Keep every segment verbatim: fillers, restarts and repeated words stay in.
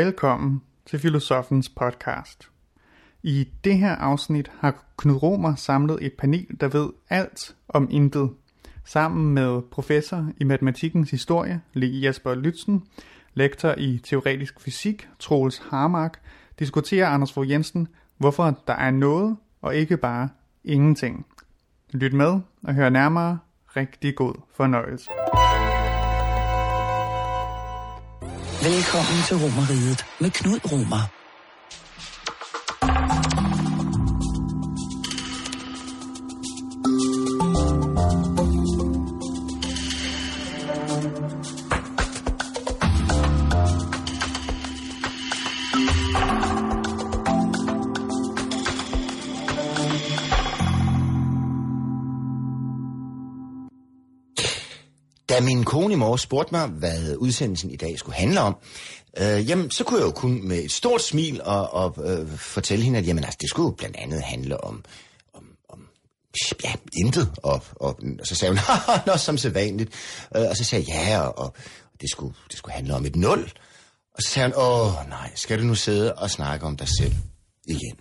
Velkommen til Filosofens podcast. I det her afsnit har Knud Romer samlet et panel, der ved alt om intet. Sammen med professor i matematikkens historie, Jesper Lützen, lektor i teoretisk fysik, Troels Harmark, diskuterer Anders Fogh Jensen, hvorfor der er noget og ikke bare ingenting. Lyt med og hør nærmere. Rigtig god fornøjelse. Velkommen til Romerriget med Knud Romer. Da min kone i morges spurgte mig, hvad udsendelsen i dag skulle handle om, øh, jamen, så kunne jeg jo kun med et stort smil og, og øh, fortælle hende, at jamen, altså, det skulle jo blandt andet handle om, om, om ja, intet. Og, og, og så sagde hun, nå, som sædvanligt. Øh, og så sagde jeg, ja, og, og det, skulle, det skulle handle om et nul. Og så sagde hun, åh nej, skal du nu sidde og snakke om dig selv igen?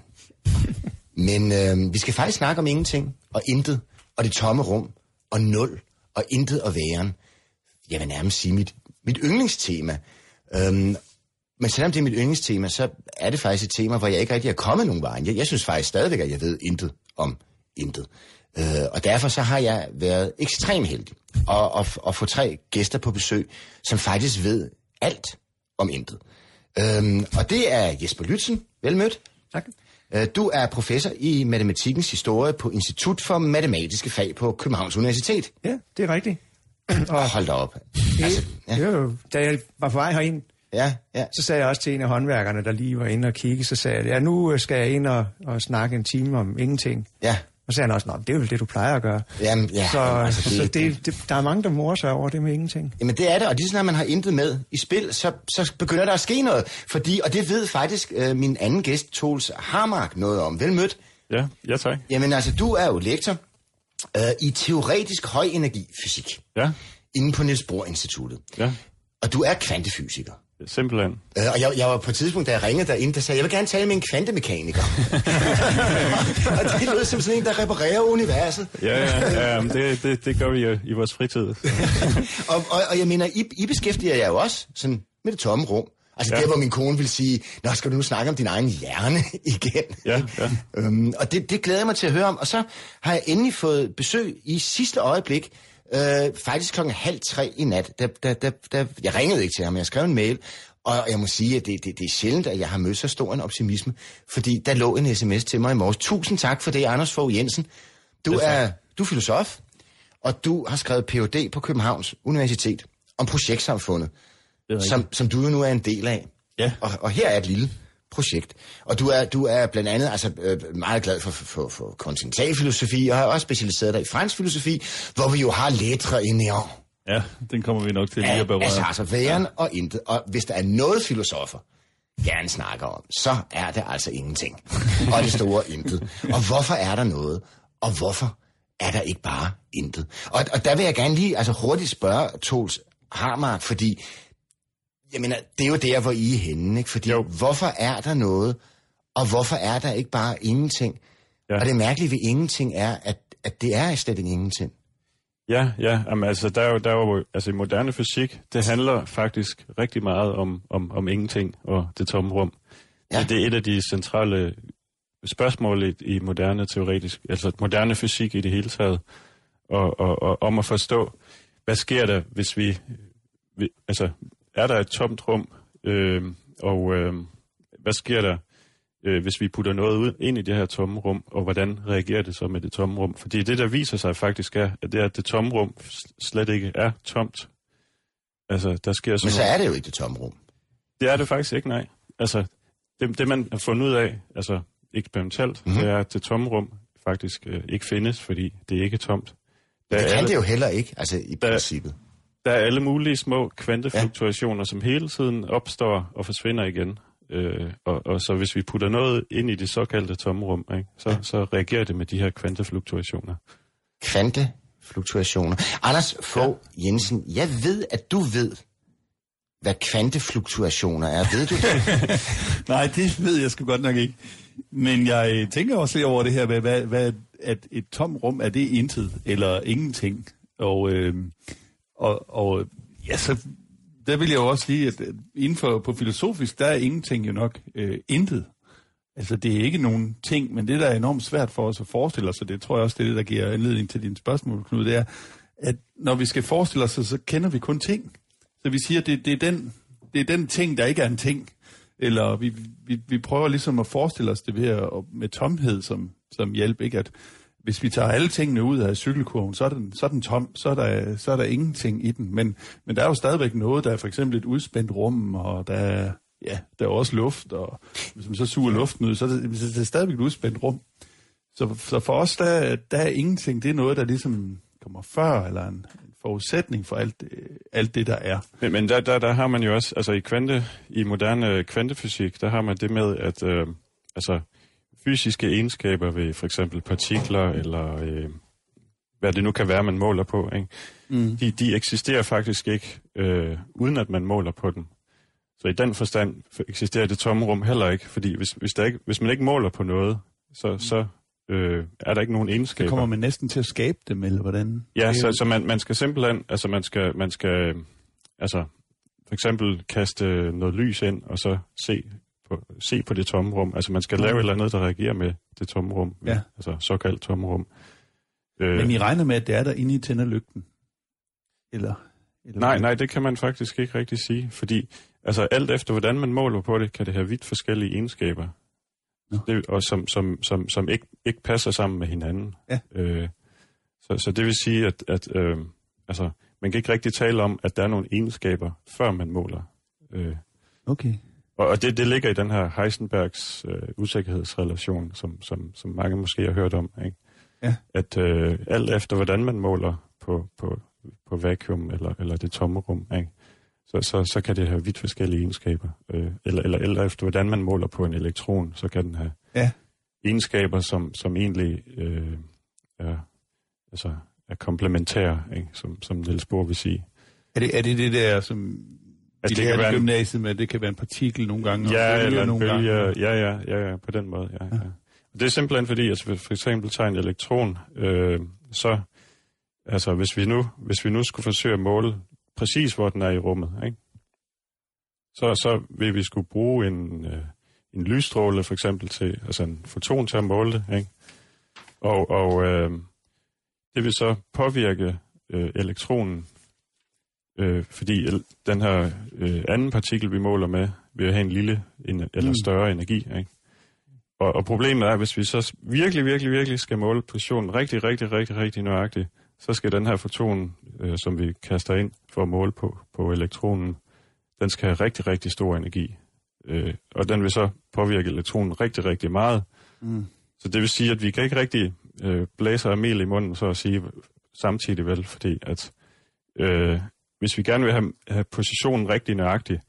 Men øh, vi skal faktisk snakke om ingenting og intet, og det tomme rum, og nul, og intet og væren. Jeg vil nærmest sige mit, mit yndlingstema. Øhm, men selvom det er mit yndlingstema, så er det faktisk et tema, hvor jeg ikke rigtig er kommet nogen vej. Jeg, jeg synes faktisk stadigvæk, at jeg ved intet om intet. Øh, og derfor så har jeg været ekstremt heldig at, at, at få tre gæster på besøg, som faktisk ved alt om intet. Øhm, og det er Jesper Lützen. Velmødt. Tak. Du er professor i matematikkens historie på Institut for Matematiske Fag på Københavns Universitet. Ja, det er rigtigt. Og hold da op. Altså, ja. Det var, da jeg var på vej herind, ja, ja. så sagde jeg også til en af håndværkerne, der lige var inde og kigge, så sagde jeg, ja, nu skal jeg ind og, og snakke en time om ingenting. Ja. Og så sagde han også, nå, det er vel det, du plejer at gøre. Jamen, ja. Så, altså, det, så det, det, der er mange, der morer sig over det med ingenting. Jamen, det er det, og lige sådan, når man har intet med i spil, så, så begynder der at ske noget. Fordi, og det ved faktisk øh, min anden gæst, Troels Harmark, noget om. Velmødt. Ja, ja tak. Jamen, altså, du er jo lektor øh, i teoretisk højenergifysik. Ja. Inde på Niels Bohr Instituttet. Ja. Og du er kvantefysiker. Simpelthen. Øh, og jeg, jeg var på et tidspunkt, da jeg ringede derinde, der sagde, jeg vil gerne tale med en kvantemekaniker. Og det lød som sådan en, der reparerer universet. Ja, ja, ja det, det, det gør vi jo i vores fritid. og, og, og jeg mener, I, I beskæftiger jer jo også sådan med det tomme rum. Altså ja. Der, hvor min kone vil sige, nå, skal du nu snakke om din egen hjerne igen? Ja, ja. øhm, og det, det glæder jeg mig til at høre om. Og så har jeg endelig fået besøg i sidste øjeblik, Øh, faktisk klokken halv tre i nat, da, da, da, da, jeg ringede ikke til ham, jeg skrev en mail, og jeg må sige, at det, det, det er sjældent, at jeg har mødt så stor en optimisme, fordi der lå en sms til mig i morges. Tusind tak for det, Anders Fogh Jensen. Du er, du er filosof, og du har skrevet P H D på Københavns Universitet om projektsamfundet, som, som du jo nu er en del af. Ja. Og, og her er et lille projekt. Og du er, du er blandt andet altså, øh, meget glad for, for, for kontinentalfilosofi, og har også specialiseret dig i fransk filosofi, hvor vi jo har lettre i néant. Ja, den kommer vi nok til lige ja, at berøre. Altså, altså væren ja. Og intet. Og hvis der er noget filosofer gerne snakker om, så er det altså ingenting. Og det store intet. Og hvorfor er der noget? Og hvorfor er der ikke bare intet? Og, og der vil jeg gerne lige altså, hurtigt spørge Troels Harmark, fordi jeg mener, det er jo der, hvor I er henne, ikke? Fordi jo. Hvorfor er der noget, og hvorfor er der ikke bare ingenting? Ja. Og det mærkelige ved ingenting er, at, at det er slet ikke ingenting. Ja, ja, jamen, altså, der er jo, der er jo, altså i moderne fysik, det handler faktisk rigtig meget om, om, om ingenting og det tomme rum. Ja. Det er et af de centrale spørgsmål i, i moderne teoretisk, altså moderne fysik i det hele taget, og, og, og om at forstå, hvad sker der, hvis vi, vi altså, er der et tomt rum, øh, og øh, hvad sker der, øh, hvis vi putter noget ud ind i det her tomme rum, og hvordan reagerer det så med det tomme rum? Fordi det, der viser sig faktisk, er, at det, er, at det tomme rum slet ikke er tomt. Altså, der sker sådan Men så er det jo ikke det tomme rum. Det er det faktisk ikke, nej. Altså, det, det man har fundet ud af, altså eksperimentelt, mm-hmm. det er, at det tomme rum faktisk øh, ikke findes, fordi det er ikke tomt. Der det kan alle, det jo heller ikke, altså i der, princippet. Der er alle mulige små kvantefluktuationer, ja. Som hele tiden opstår og forsvinder igen. Øh, og, og så hvis vi putter noget ind i det såkaldte tomrum, ikke, så, ja. så reagerer det med de her kvantefluktuationer. Kvantefluktuationer. Anders Fogh ja. Jensen, jeg ved, at du ved hvad kvantefluktuationer er? Ved du det? Nej, det ved jeg sgu godt nok ikke. Men jeg tænker også lidt over det her, hvad, hvad, hvad, at et tom rum, er det intet eller ingenting? Og, øh, og, og ja, så der vil jeg jo også sige, at inden for på filosofisk, der er ingenting jo nok øh, intet. Altså, det er ikke nogen ting, men det, der er enormt svært for os at forestille os, og det tror jeg også, det er det, der giver anledning til dine spørgsmål, Knud, det er, at når vi skal forestille os, så kender vi kun ting. Så vi siger, at det, det, er den, det er den ting, der ikke er en ting. Eller vi, vi, vi prøver ligesom at forestille os det ved at, med tomhed som, som hjælp, ikke? At hvis vi tager alle tingene ud af cykelkurven, så er den, så er den tom, så er, der, så er der ingenting i den. Men, men der er jo stadigvæk noget, der er for eksempel et udspændt rum, og der er, ja, der er også luft, og hvis man så suger luften ud, så er det, det er stadigvæk et udspændt rum. Så, så for os, der, der er ingenting, det er noget, der ligesom kommer før, eller en, en forudsætning for alt, alt det, der er. Men, men der, der, der har man jo også, altså i, kvante, i moderne kvantefysik, der har man det med, at øh, altså, fysiske egenskaber ved for eksempel partikler, eller øh, hvad det nu kan være, man måler på, ikke? Mm. De, de eksisterer faktisk ikke, øh, uden at man måler på dem. Så i den forstand eksisterer det tomme rum heller ikke, fordi hvis, hvis, der ikke, hvis man ikke måler på noget, så, mm. så øh, er der ikke nogen egenskaber. Så kommer man næsten til at skabe dem, eller hvordan? Ja, så, så man, man skal simpelthen, altså man skal, man skal altså for eksempel kaste noget lys ind, og så se på, se på det tomme rum. Altså man skal lave et eller andet, der reagerer med det tomme rum, ja. Altså såkaldt tomme rum. Men I regner med, at det er der inde i tænderlygten? Eller, eller nej, nej, det kan man faktisk ikke rigtig sige, fordi altså alt efter, hvordan man måler på det, kan det have vidt forskellige egenskaber, det, og som, som, som, som ikke, ikke passer sammen med hinanden. Ja. Øh, så, så det vil sige, at, at øh, altså, man kan ikke rigtig tale om, at der er nogle egenskaber, før man måler. Øh, okay. Og, og det, det ligger i den her Heisenbergs øh, usikkerhedsrelation, som, som, som mange måske har hørt om, ikke? Ja. At øh, alt efter, hvordan man måler på, på, på vakuum eller, eller det tomme rum, ikke? Så, så, så kan det have vidt forskellige egenskaber. Øh, eller, eller, eller efter, hvordan man måler på en elektron, så kan den have ja. egenskaber, som, som egentlig øh, er, altså, er komplementære, ikke? Som, som Niels Bohr vil sige. Er det er det, det der, som altså, de lærer i gymnasiet med, det kan være en partikel nogle gange? Ja, og eller en nogle bølge, gange. ja, ja, ja, ja, på den måde, ja, ja. ja. Det er simpelthen fordi, altså for eksempel tager en elektron, øh, så, altså hvis vi, nu, hvis vi nu skulle forsøge at måle præcis, hvor den er i rummet, ikke? Så, så vil vi skulle bruge en, øh, en lysstråle for eksempel til, altså en foton til at måle det, ikke? Og, og øh, det vil så påvirke øh, elektronen, øh, fordi den her øh, anden partikel, vi måler med, vil have en lille en, eller større mm. energi, ikke? Og, og problemet er, hvis vi så virkelig, virkelig, virkelig skal måle positionen rigtig, rigtig, rigtig, rigtig nøjagtigt, så skal den her foton, øh, som vi kaster ind for at måle på, på elektronen, den skal have rigtig, rigtig stor energi. Øh, og den vil så påvirke elektronen rigtig, rigtig meget. Mm. Så det vil sige, at vi kan ikke rigtig øh, blæse og mel i munden, så at sige, samtidig vel, fordi at øh, hvis vi gerne vil have, have positionen rigtig nøjagtig,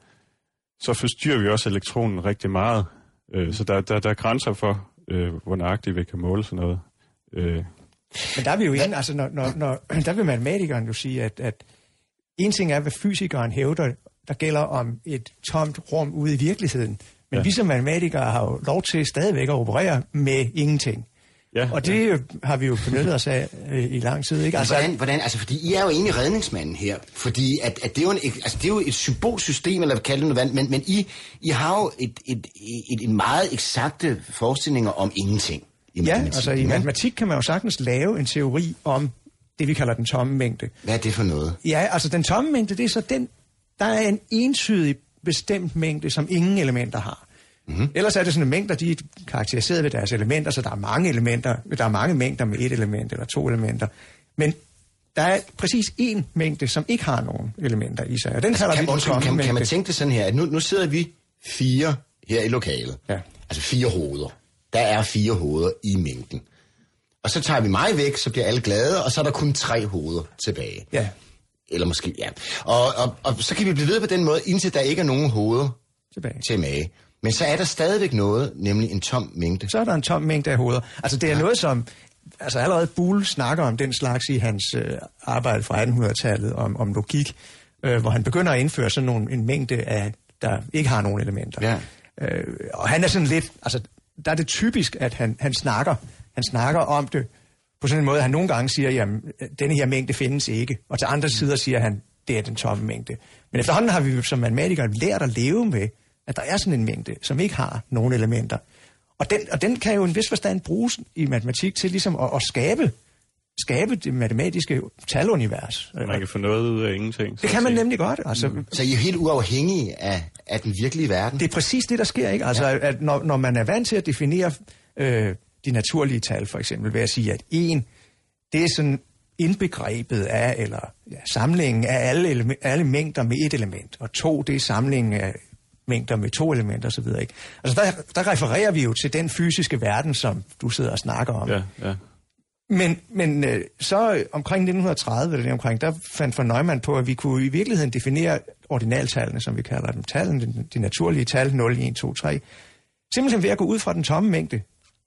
så forstyrrer vi også elektronen rigtig meget. Øh, så der, der, der er grænser for, øh, hvor nøjagtigt vi kan måle sådan noget. Øh. Men der er vi jo inde, altså når, når, når, der vil matematikeren jo sige, at, at en ting er, hvad fysikeren hævder, der gælder om et tomt rum ude i virkeligheden. Men ja. vi som matematikere har jo lov til stadigvæk at operere med ingenting. Ja, og det ja. har vi jo benyttet os af øh, i lang tid, ikke? Altså, hvordan, hvordan, altså, fordi I er jo egentlig redningsmanden her, fordi at, at det, er jo en, altså, det er jo et symbolsystem, eller hvad kalder det noget, men, men I, I har jo et, et, et, et meget eksakte forestillinger om ingenting. I ja, altså i matematik kan man jo sagtens lave en teori om det, vi kalder den tomme mængde. Hvad er det for noget? Ja, altså den tomme mængde, det er så den, der er en entydig bestemt mængde, som ingen elementer har. Mm-hmm. Ellers er det sådan en mængder, de er karakteriseret ved deres elementer, så der er mange elementer, der er mange mængder med et element eller to elementer. Men der er præcis én mængde, som ikke har nogen elementer i sig, og den altså, kalder kan, vi den tomme kan, mængde. Kan man tænke det sådan her, at nu, nu sidder vi fire her i lokalet, ja. altså fire hoveder. Der er fire hoveder i mængden. Og så tager vi mig væk, så bliver alle glade, og så er der kun tre hoveder tilbage. Ja. Eller måske, ja. Og, og, og så kan vi blive ved på den måde, indtil der ikke er nogen hoveder tilbage. tilbage. Men så er der stadigvæk noget, nemlig en tom mængde. Så er der en tom mængde af hoveder. Altså det er ja. noget, som altså allerede Boole snakker om den slags i hans øh, arbejde fra attenhundredetallet om, om logik. øh, hvor han begynder at indføre sådan nogle, en mængde af, der ikke har nogen elementer. Ja. Øh, og han er sådan lidt, altså der er det typisk, at han, han snakker, han snakker om det på sådan en måde, at han nogle gange siger, jamen, denne her mængde findes ikke, og til andre sider siger han, det er den tomme mængde. Men efterhånden har vi som matematikere lært at leve med, at der er sådan en mængde, som ikke har nogen elementer. Og den, og den kan jo i en vis forstand bruges i matematik til ligesom at, at skabe, skabe det matematiske talunivers. Man kan få noget ud af ingenting. Det kan man nemlig godt. Altså, mm. Så I er helt uafhængige af, af den virkelige verden? Det er præcis det, der sker, ikke? Altså, ja. at når, når man er vant til at definere øh, de naturlige tal, for eksempel, ved at sige, at en, det er sådan indbegrebet af, eller ja, samlingen af alle, ele- alle mængder med et element, og to, det er samlingen af mængder med to elementer osv. Ikke? Altså der, der refererer vi jo til den fysiske verden, som du sidder og snakker om. Ja, ja. Men, men øh, så omkring nitten tredive, eller omkring, der fandt von Neumann på, at vi kunne i virkeligheden definere ordinaltallene, som vi kalder dem, tallene, de, de naturlige tal, nul, en, to, tre, simpelthen ved at gå ud fra den tomme mængde.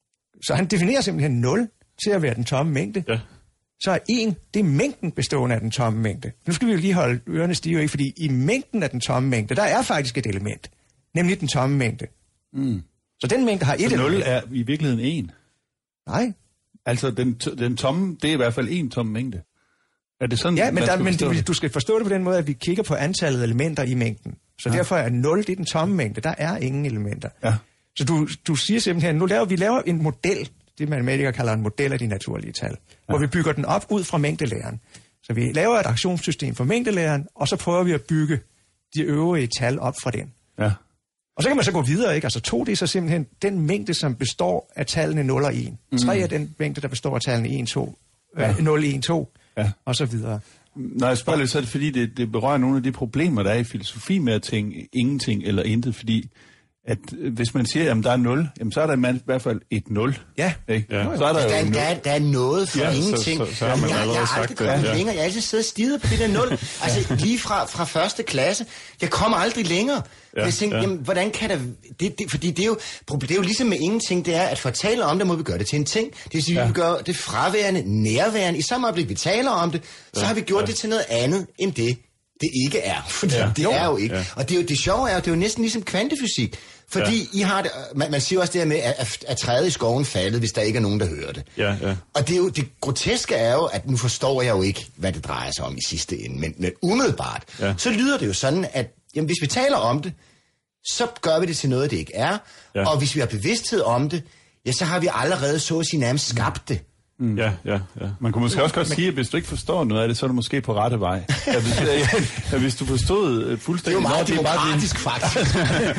Så han definerer simpelthen nul til at være den tomme mængde. Ja. Så er en, det er mængden bestående af den tomme mængde. Nu skal vi jo lige holde ørerne stive, ikke? Fordi i mængden af den tomme mængde, der er faktisk et element, nemlig den tomme mængde. Mm. Så den mængde har et så element. nul er i virkeligheden en? Nej. Altså, den, den tomme, det er i hvert fald en tom mængde. Er det sådan, ja, men, der, men du, du skal forstå det på den måde, at vi kigger på antallet af elementer i mængden. Så ja. Derfor er nul, det er den tomme mængde. Der er ingen elementer. Ja. Så du, du siger simpelthen, nu laver vi laver en model, det matematikere kalder en model af de naturlige tal, ja. Hvor vi bygger den op ud fra mængdelæren. Så vi laver et aktionssystem for mængdelæren, og så prøver vi at bygge de øvrige tal op fra den. Ja. Og så kan man så gå videre, ikke? Altså to, det er så simpelthen den mængde, som består af tallene nul og en. Mm. tre er den mængde, der består af tallene en, to, ja. nul, en, to, ja. Og så videre. Når jeg spørger lidt, så er det fordi, det, det berører nogle af de problemer, der er i filosofi med at tænke ingenting eller intet, fordi at hvis man siger, at der er nul, jamen, så er der i hvert fald et nul. Ja. Ikke? Ja. Så er der, der, jo der, er, der er noget for ja, ingenting. Så, så, så har man jeg, allerede jeg har aldrig sagt kommet det. Ja. længere. Jeg har altid siddet og stirret på det der nul. Altså lige fra, fra første klasse. Jeg kommer aldrig længere. Ja, jeg tænkte, ja. Jamen, hvordan kan der... Det, det, fordi det er, jo, det er jo ligesom med ingenting, det er, at for at tale om det, må vi gøre det til en ting. Det vil sige, ja. Vi gør det fraværende, nærværende. I samme øjeblik, vi taler om det, så ja, har vi gjort ja. Det til noget andet, end det, det ikke er. Fordi ja. Det er jo ikke. Ja. Og det, er jo, det sjove er jo, det er jo næsten ligesom kvantefysik. Fordi ja. I har det, man, man siger også det her med, at, at træet i skoven faldet, hvis der ikke er nogen, der hører det. Ja, ja. Og det, er jo, det groteske er jo, at nu forstår jeg jo ikke, hvad det drejer sig om i sidste ende. Men, men umiddelbart, ja. Så lyder det jo sådan, at jamen, hvis vi taler om det, så gør vi det til noget, det ikke er. Ja. Og hvis vi har bevidsthed om det, ja, så har vi allerede så at sige nærmest skabt det. Mm. Ja, ja, ja. Man kunne måske også godt sige, at hvis du ikke forstår noget af det, så er du måske på rette vej. Ja, hvis, ja, hvis du forstod fuldstændig... Det er jo meget demokratisk, faktisk.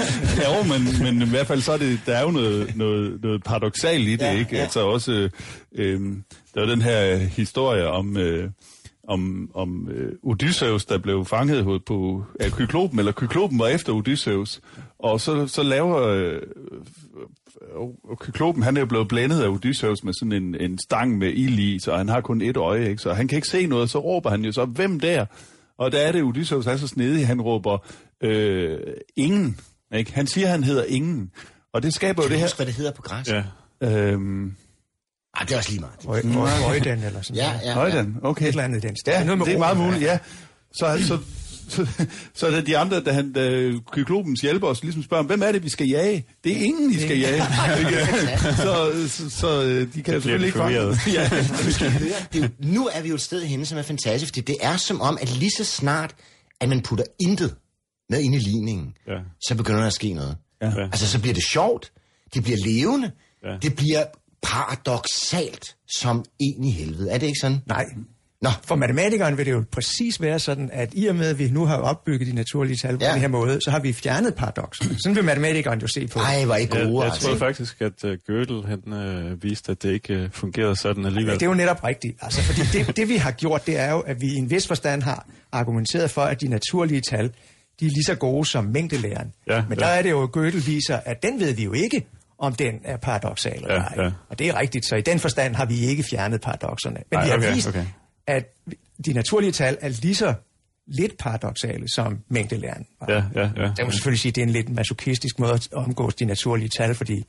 Ja, men, men i hvert fald så er det, der er jo noget, noget, noget paradoksalt i det, ja, ikke? Ja. Altså også, øh, der er den her historie om... Øh, om, om øh, Odysseus, der blev fanget på ja, Kyklopen, eller Kyklopen var efter Odysseus, og så, så laver øh, og Kyklopen, han er jo blevet blændet af Odysseus med sådan en, en stang med ild i, så han har kun et øje, ikke? Så han kan ikke se noget, så råber han jo så, hvem der? Og der er det, Odysseus er så snedig, han råber, øh, ingen, ikke? Han siger, han hedder ingen, og det skaber jo det her... Husk, hvad det hedder på græs? Ja. Øhm, Ej, det er også lige meget. Højden eller sådan ja, noget. Ja, ja. Højden, okay. Et eller andet i den sted. Ja, det er meget muligt, ja. Så, så, så, så er det de andre, da, han, da Kyklopens hjælper os, ligesom spørger, hvem er det, vi skal jage? Det er ingen, I skal jage. så, så, så de kan selvfølgelig ikke fange. Ja. Det er, nu er vi jo et sted henne, som er fantastisk, fordi det er som om, at lige så snart, at man putter intet med ind i ligningen, ja. Så begynder der at ske noget. Ja. Altså, så bliver det sjovt, det bliver levende, ja. Det bliver paradoksalt som en i helvede. Er det ikke sådan? Nej. Nå. For matematikeren vil det jo præcis være sådan, at i og med, at vi nu har opbygget de naturlige tal på ja. Den her måde, så har vi fjernet paradokserne. Sådan vil matematikeren jo se på. Nej, var ikke gode. Jeg, jeg tror faktisk, at uh, Gödel han, uh, viste, at det ikke uh, fungerede sådan alligevel. Ja, det er jo netop rigtigt. Altså, fordi det, det, vi har gjort, det er jo, at vi i en vis forstand har argumenteret for, at de naturlige tal, de er lige så gode som mængdelæren. Ja, Men ja. Der er det jo, at Gödel viser, at den ved vi jo ikke, om den er paradoksal eller ej. Ja, ja. Og det er rigtigt, så i den forstand har vi ikke fjernet paradokserne. Men Ej, vi har okay, vist, okay. at de naturlige tal er lige så lidt paradoksale som mængdelæren. Ja, ja, ja. Så kan man selvfølgelig sige, at det er en lidt masochistisk måde at omgås de naturlige tal, fordi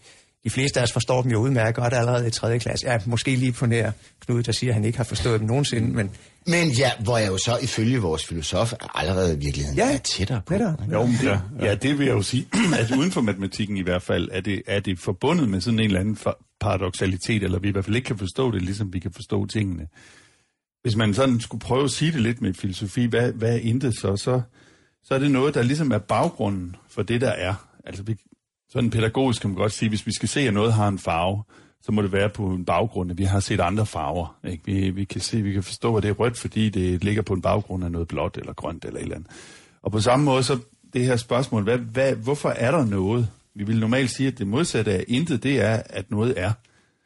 de fleste af os forstår dem jo udmærket godt allerede i tredje klasse. Ja, måske lige på nær Knud, der siger, at han ikke har forstået dem nogensinde, men... Men ja, hvor jeg jo så ifølge vores filosof allerede i virkeligheden ja, er tættere på. Netop. Jo, men det, ja, ja, det vil jeg jo sige, at uden for matematikken i hvert fald, er det, er det forbundet med sådan en eller anden paradoksalitet, eller vi i hvert fald ikke kan forstå det, ligesom vi kan forstå tingene. Hvis man sådan skulle prøve at sige det lidt med filosofi, hvad, hvad er intet så, så, så er det noget, der ligesom er baggrunden for det, der er. Altså, vi, sådan pædagogisk kan man godt sige, hvis vi skal se, at noget har en farve, så må det være på en baggrund, at vi har set andre farver. Ikke? Vi, vi kan se, vi kan forstå, at det er rødt, fordi det ligger på en baggrund af noget blåt eller grønt eller et eller andet. Og på samme måde, så det her spørgsmål, hvad, hvad, hvorfor er der noget? Vi vil normalt sige, at det modsatte af intet, det er, at noget er.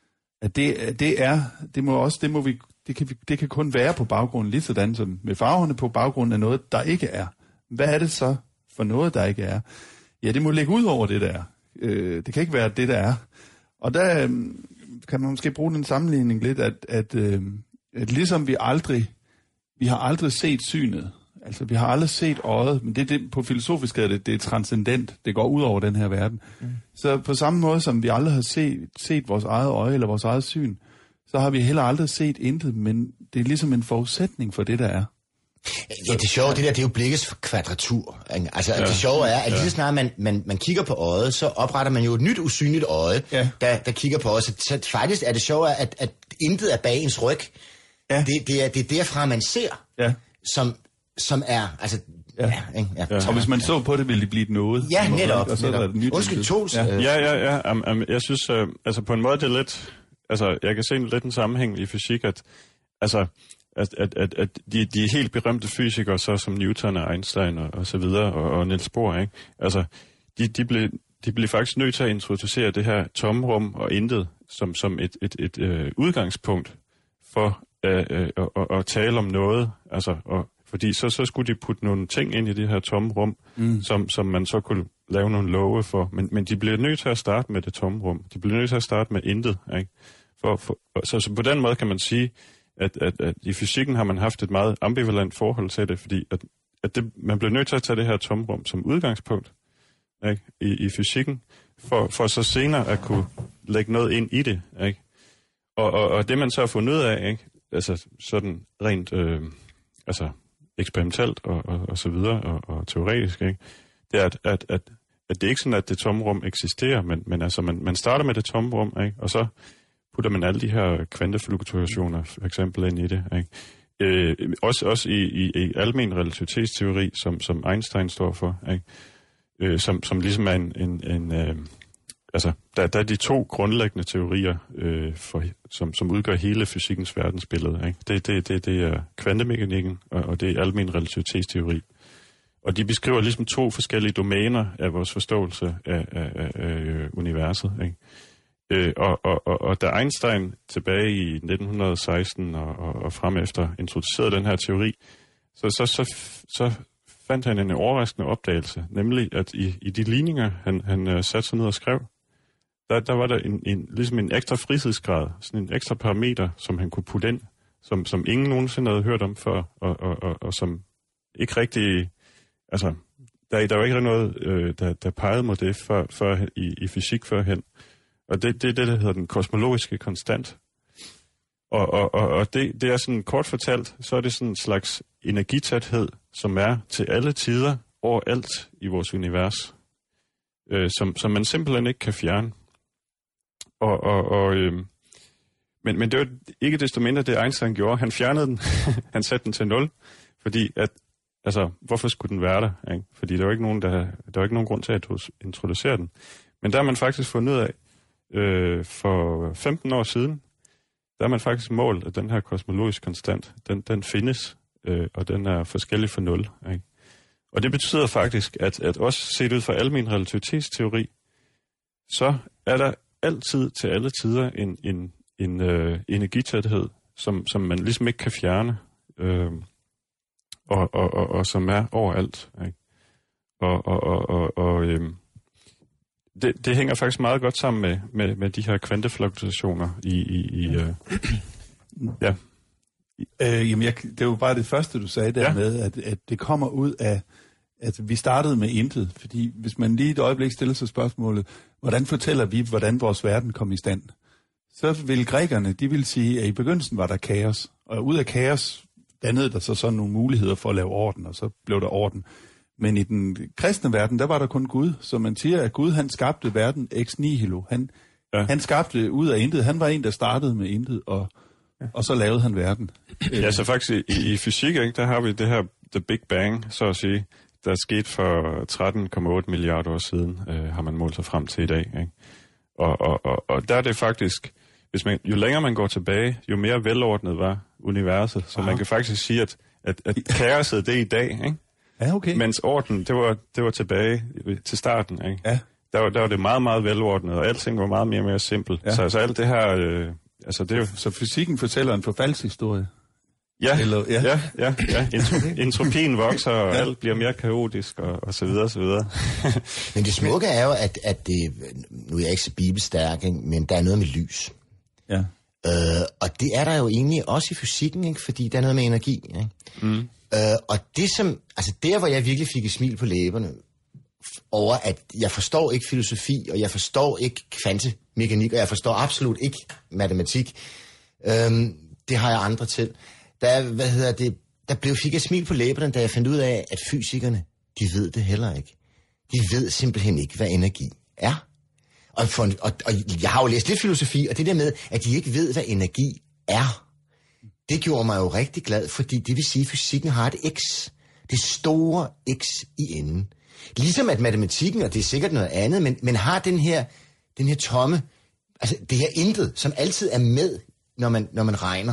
At det, det er, det må også, det må vi, det kan, vi, det kan kun være på baggrunden, lige sådan som med farverne på baggrund af noget, der ikke er. Hvad er det så for noget, der ikke er? Ja, det må ligge ud over det, der er. Øh, det kan ikke være det, der er. Og der øh, kan man måske bruge den sammenligning lidt, at, at, øh, at ligesom vi aldrig, vi har aldrig set synet, altså vi har aldrig set øjet, men det, det på filosofisk er det, det er transcendent, det går ud over den her verden. Mm. Så på samme måde som vi aldrig har set, set vores eget øje eller vores eget syn, så har vi heller aldrig set intet, men det er ligesom en forudsætning for det, der er. Ja, det sjove, det der, det er jo blikkets kvadratur. Ikke? Altså, ja. Det sjove er, at lige så snart man, man, man kigger på øjet, så opretter man jo et nyt usynligt øje, ja. der, der kigger på os. Så, så faktisk er det sjove, at, at intet er bag ens ryg. Ja. Det, det, er, det er derfra, man ser, ja. som, som er... Altså, ja. Ja, ja. Ja. Og hvis man så på det, ville det blive et noget. Ja, netop. Og så netop. Er det nyt. Undskyld, Tols. Ja, ja, ja. ja. Um, um, jeg synes, uh, altså på en måde, det er lidt... Altså, jeg kan se lidt en sammenhæng i fysik, at... Altså, At, at, at, at de, de helt berømte fysikere, så som Newton og Einstein og, og så videre, og, og Niels Bohr, ikke? Altså, de, de, blev, de blev faktisk nødt til at introducere det her tomrum og intet som, som et, et, et, et uh, udgangspunkt for uh, uh, at, at, at tale om noget. Altså, og, fordi så, så skulle de putte nogle ting ind i det her tomrum, mm. som, som man så kunne lave nogle love for. Men, men de blev nødt til at starte med det tomrum. De blev nødt til at starte med intet, ikke? For, for, så, så på den måde kan man sige, At, at, at i fysikken har man haft et meget ambivalent forhold til det, fordi at, at det, man bliver nødt til at tage det her tomrum som udgangspunkt, ikke, i, i fysikken, for, for så senere at kunne lægge noget ind i det. Ikke? Og, og, og det man så har fundet ud af, ikke, altså sådan rent øh, altså eksperimentelt og, og, og så videre, og, og teoretisk, ikke, det er, at, at, at, at det er ikke sådan, at det tomrum eksisterer, men, men altså man, man starter med det tomrum, ikke, og så putter man alle de her kvantefluktuationer for eksempel ind i det. Ikke? Øh, også også i, i, i almen relativitetsteori, som, som Einstein står for, ikke? Øh, som, som ligesom er en... en, en øh, altså, der, der er de to grundlæggende teorier, øh, for, som, som udgør hele fysikkens verdensbillede. Ikke? Det, det, det, det er kvantemekanikken, og, og det er almen relativitetsteori. Og de beskriver ligesom to forskellige domæner af vores forståelse af, af, af, af universet, ikke? Øh, og, og, og, og da Einstein tilbage i nitten seksten og, og, og frem efter introducerede den her teori, så, så, så, så fandt han en overraskende opdagelse, nemlig at i, i de ligninger, han, han uh, satte sig ned og skrev, der, der var der en, en, ligesom en ekstra frihedsgrad, sådan en ekstra parameter, som han kunne putte ind, som, som ingen nogensinde havde hørt om før, og, og, og, og som ikke rigtig... Altså, der, der var ikke noget, øh, der, der pegede mod det før, før, i, i fysik førhen. Og det er det, det, der hedder den kosmologiske konstant. Og, og, og, og det, det er sådan kort fortalt, så er det sådan en slags energitæthed, som er til alle tider overalt i vores univers, øh, som, som man simpelthen ikke kan fjerne. Og, og, og, øh, men, men det var ikke desto mindre det, Einstein gjorde. Han fjernede den. Han satte den til nul, fordi at, altså, hvorfor skulle den være der? Ikke? Fordi der var ikke nogen, der, der var ikke nogen grund til at introducere den. Men der har man faktisk fundet ud af, Øh, for femten år siden, der har man faktisk målt, at den her kosmologiske konstant, den, den findes, øh, og den er forskellig for nul. Ikke? Og det betyder faktisk, at, at også set ud fra almen relativitetsteori, så er der altid til alle tider en, en, en øh, energitæthed, som, som man ligesom ikke kan fjerne, øh, og, og, og, og som er overalt. Ikke? Og, og, og, og, og øh, Det, det hænger faktisk meget godt sammen med, med, med de her kvantefluktuationer i... i, i øh, ja. Øh, jamen, jeg, det var jo bare det første, du sagde der ja. med, at, at det kommer ud af altså, vi startede med intet, fordi hvis man lige et øjeblik stiller sig spørgsmålet, hvordan fortæller vi, hvordan vores verden kom i stand? Så vil grækerne, de vil sige, at i begyndelsen var der kaos, og ud af kaos dannede der så sådan nogle muligheder for at lave orden, og så blev der orden. Men i den kristne verden, der var der kun Gud, så man siger, at Gud han skabte verden ex nihilo. Han, ja. han skabte ud af intet. Han var en, der startede med intet, og, ja. og så lavede han verden. Ja, så faktisk i, i fysik, ikke, der har vi det her The Big Bang, så at sige, der er sket for tretten komma otte milliarder år siden, øh, har man målt sig frem til i dag. Ikke? Og, og, og, og der er det faktisk, hvis man, jo længere man går tilbage, jo mere velordnet var universet. Så Aha. man kan faktisk sige, at, at, at kaoset det er i dag, ikke? Ja, okay. Mens orden, det var, det var tilbage til starten, ikke? Ja. Der var, der var det meget, meget velordnet, og alting var meget mere mere simpelt. Ja. Så altså alt det her, øh, altså det er jo... Så fysikken fortæller en forfaldshistorie? Ja, Eller, ja, ja, ja, ja. Entro- entropien vokser, og ja. alt bliver mere kaotisk, og, og så videre, og så videre. Men det smukke er jo, at, at det, nu er jeg ikke så bibelstærk, ikke, men der er noget med lys. Ja. Øh, og det er der jo egentlig også i fysikken, ikke, fordi der er noget med energi. Ikke? Mm. Øh, og det som, altså der, hvor jeg virkelig fik et smil på læberne, over at jeg forstår ikke filosofi, og jeg forstår ikke kvantemekanik, og jeg forstår absolut ikke matematik, øhm, det har jeg andre til. Der, hvad hedder det, der blev, fik jeg smil på læberne, da jeg fandt ud af, at fysikerne, de ved det heller ikke. De ved simpelthen ikke, hvad energi er. Og, for, og, og jeg har jo læst lidt filosofi, og det der med, at de ikke ved, hvad energi er, det gjorde mig jo rigtig glad, fordi det vil sige, at fysikken har et x. Det store x i enden. Ligesom at matematikken, og det er sikkert noget andet, men, men har den her, den her tomme, altså det her intet, som altid er med, når man, når man regner.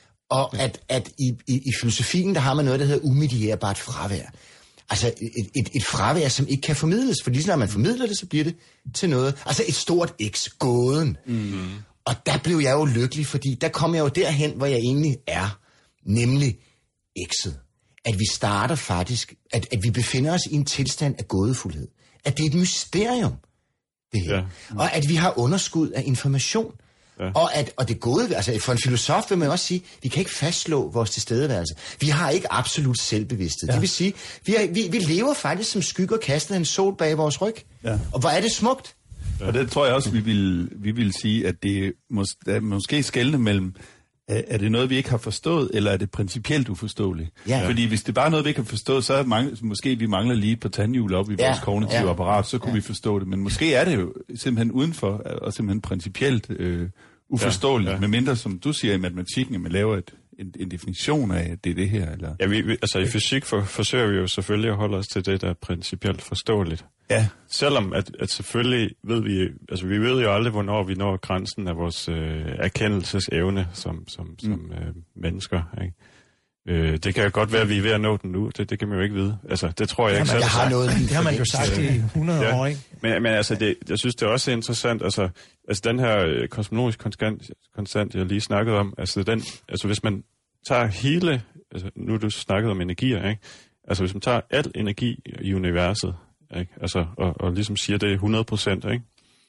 Og at, at i, i, i filosofien, der har man noget, der hedder umedierbart fravær. Altså et, et, et fravær, som ikke kan formidles, for lige så når man formidler det, så bliver det til noget. Altså et stort x, gåden. Mm-hmm. Og der blev jeg jo lykkelig, fordi der kom jeg jo derhen, hvor jeg egentlig er, nemlig x'et. At vi starter faktisk, at, at vi befinder os i en tilstand af gådefuldhed. At det er et mysterium, det her. Ja. Mm. Og at vi har underskud af information. Ja. Og, at, og det gode, altså for en filosof vil man også sige, vi kan ikke fastslå vores tilstedeværelse. Vi har ikke absolut selvbevidsthed. Ja. Det vil sige, vi, er, vi, vi lever faktisk som skygger kastet af en sol bag vores ryg. Ja. Og hvor er det smukt. Ja. Og det tror jeg også, vi vil, vi vil sige, at det mås, er måske skelne mellem, er det noget, vi ikke har forstået, eller er det principielt uforståeligt? Ja. Fordi hvis det bare er noget, vi ikke har forstået, så er det måske, vi mangler lige på tandhjul op i ja. vores kognitive ja. apparat, så kunne ja. vi forstå det. Men måske er det jo simpelthen udenfor, og simpelthen principielt øh, uforståeligt, ja. Ja. medmindre, som du siger i matematikken, at man laver et, en, en definition af, at det er det her. Eller? Ja, vi, vi, altså i fysik for, forsøger vi jo selvfølgelig at holde os til det, der er principielt forståeligt. Ja. Selvom at, at selvfølgelig ved vi, altså vi ved jo aldrig, hvornår vi når grænsen af vores øh, erkendelsesevne som, som, mm. som øh, mennesker, ikke? Øh, det kan jo godt være, at vi er ved at nå den nu. Det, det kan man jo ikke vide. Altså, det tror jeg det ikke selv. Jeg har noget, det har man jo sagt i hundrede ja. år, ikke? Men, men altså, det, jeg synes, det er også interessant. Altså, altså den her kosmologisk konstant, konstant, jeg lige snakkede om, altså, den, altså hvis man tager hele, altså nu er du snakket om energier, ikke? Altså hvis man tager al energi i universet, ikke? Altså, og, og ligesom siger, det er hundrede procent, ikke?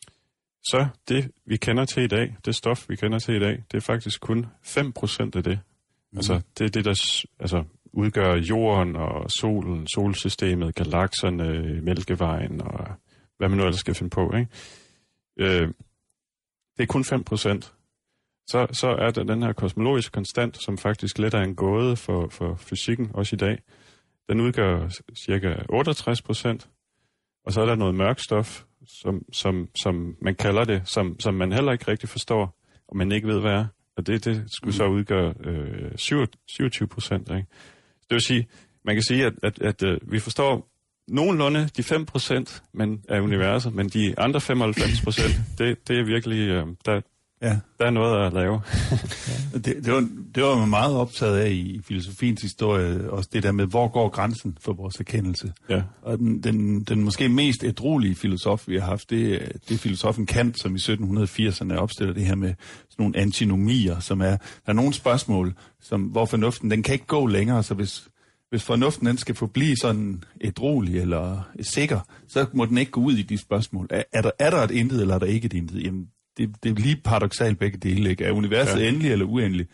Så det, vi kender til i dag, det stof, vi kender til i dag, det er faktisk kun fem procent af det. Mm. Altså, det er det, der altså, udgør jorden og solen, solsystemet, galakserne, Mælkevejen og hvad man nu ellers skal finde på, ikke? Øh, det er kun fem procent. Så, så er der den her kosmologiske konstant, som faktisk lidt er en gåde for, for fysikken, også i dag. Den udgør cirka otteogtres procent. Og så er der noget mørk stof, som, som, som man kalder det, som, som man heller ikke rigtig forstår, og man ikke ved, hvad er. Og det, det skulle så udgøre øh, syvogtyve procent. Ikke? Det vil sige, man kan sige, at, at, at, at vi forstår nogenlunde de fem procent men, af universet, men de andre femoghalvfems procent, det, det er virkelig, øh, der, ja. der er noget at lave. det, det, var, det var man meget optaget af i filosofiens historie, også det der med, hvor går grænsen for vores erkendelse. Ja. Og den, den, den måske mest ædruelige filosof, vi har haft, det, det er filosofen Kant, som i sytten firserne opstiller det her med sådan nogle antinomier, som er, der er nogle spørgsmål, som, hvor fornuften, den kan ikke gå længere, så hvis, hvis fornuften den skal forblive sådan ædruelig eller sikker, så må den ikke gå ud i de spørgsmål. Er, er, der, er der et intet, eller er der ikke et intet? Jamen, det, det er lige paradoksalt begge dele, ikke? Er universet ja. endelig eller uendelig?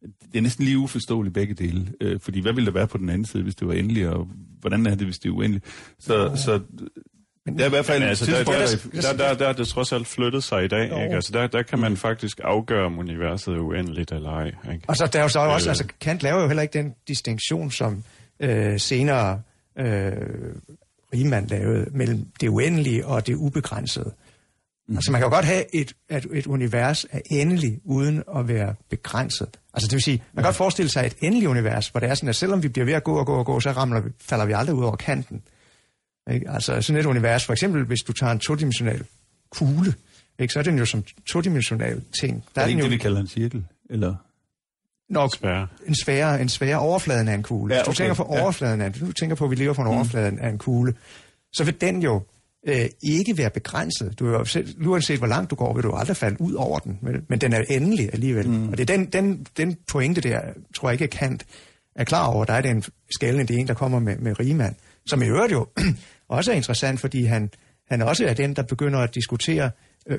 det er næsten lige uforståeligt begge dele. Øh, fordi hvad ville der være på den anden side, hvis det var endeligt, og hvordan er det, hvis det er uendeligt? Så, oh. så det er i hvert fald... Men, altså, der, der, der, der, der er det trods alt flyttet sig i dag, oh. ikke? Altså, der, der kan man faktisk afgøre, om universet er uendeligt eller ej, ikke? Og så der er jo så også... Øh. Altså, Kant laver jo heller ikke den distinktion, som øh, senere øh, Riemann lavede, mellem det uendelige og det ubegrænsede. Mm. Altså man kan jo godt have et, et, et univers af endelig, uden at være begrænset. Altså det vil sige, man kan godt forestille sig et endeligt univers, hvor det er sådan, at selvom vi bliver ved at gå og gå og gå, så ramler vi, falder vi aldrig ud over kanten. Ikke? Altså sådan et univers, for eksempel hvis du tager en todimensional kugle, ikke, så er den jo som todimensional ting. Der er det ikke jo... det, vi kalder en cirkel? Eller... Nå, en sfære, en svære overfladen af en kugle. Ja, okay. Hvis du tænker på overfladen af, du tænker på, at vi lever på en mm. overfladen af en kugle, så vil den jo Øh, ikke være begrænset. Du er jo selv, uanset hvor langt du går, vil du aldrig falde ud over den. Men, men den er endelig alligevel. Mm. Og det er den, den, den pointe der, tror jeg ikke, Kant er klar over. Der er den skælden, det er en, der kommer med, med Riemann. Som i øvrigt jo også er interessant, fordi han, han også er den, der begynder at diskutere øh,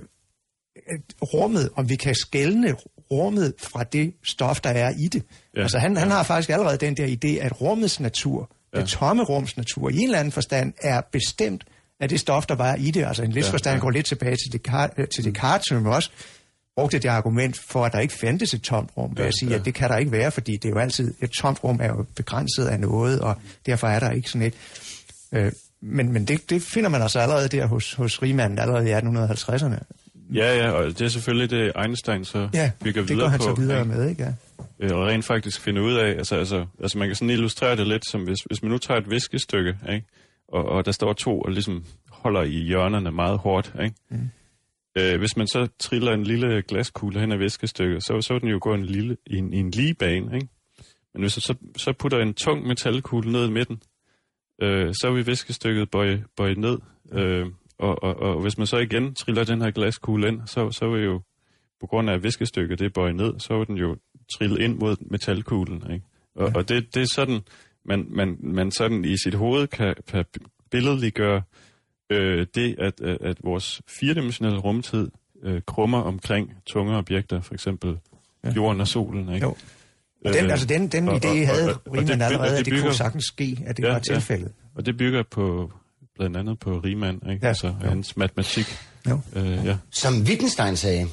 rummet, om vi kan skelne rummet fra det stof, der er i det. Ja. Altså han, han har faktisk allerede den der idé, at rummets natur, ja. det tomme rums natur, i en eller anden forstand er bestemt af det stof, der var i det. Altså en vis forstand ja, ja. går lidt tilbage til Descartes, til Descartes, som også brugte det argument for, at der ikke fandtes et tomt rum. Vil ja, jeg sige, ja. at det kan der ikke være, fordi det er jo altid, et tomt rum er jo begrænset af noget, og derfor er der ikke sådan et. Øh, men men det, det finder man altså allerede der hos, hos Riemann, allerede i atten halvtredserne. Ja, ja, og det er selvfølgelig det, Einstein så ja, bygger videre på. Ja, det går han så videre ikke? med, ikke? Ja. Og rent faktisk finde ud af, altså, altså, altså man kan sådan illustrere det lidt, som hvis, hvis man nu tager et viskestykke, ikke? Og, og der står to og ligesom holder i hjørnerne meget hårdt, ikke? Mm. Øh, hvis man så triller en lille glaskugle hen ad viskestykket, så, så vil den jo gå en lille, i, en, i en lige bane, ikke? Men hvis man så, så putter en tung metalkugle ned i midten, øh, så vil viskestykket bøje, bøje ned. Øh, og, og, og hvis man så igen triller den her glaskugle ind, så, så vil jo, på grund af at viskestykket det bøje ned, så vil den jo trille ind mod metalkuglen, ikke? Og, ja. og det, det er sådan, man, man, man sådan i sit hoved kan, kan billedliggøre øh, det, at, at, at vores firedimensionelle rumtid øh, krummer omkring tunge objekter, for eksempel ja. jorden og solen, ikke? Jo. Og den, øh, altså den, den og, idé og, havde og, og, Riemann og allerede, det, at det bygger, kunne sagtens ske, at det ja, var tilfældet. Ja. Og det bygger på blandt andet på Riemann, ikke? Ja. Altså ja. hans matematik. Jo. Øh, ja. Som Wittgenstein sagde,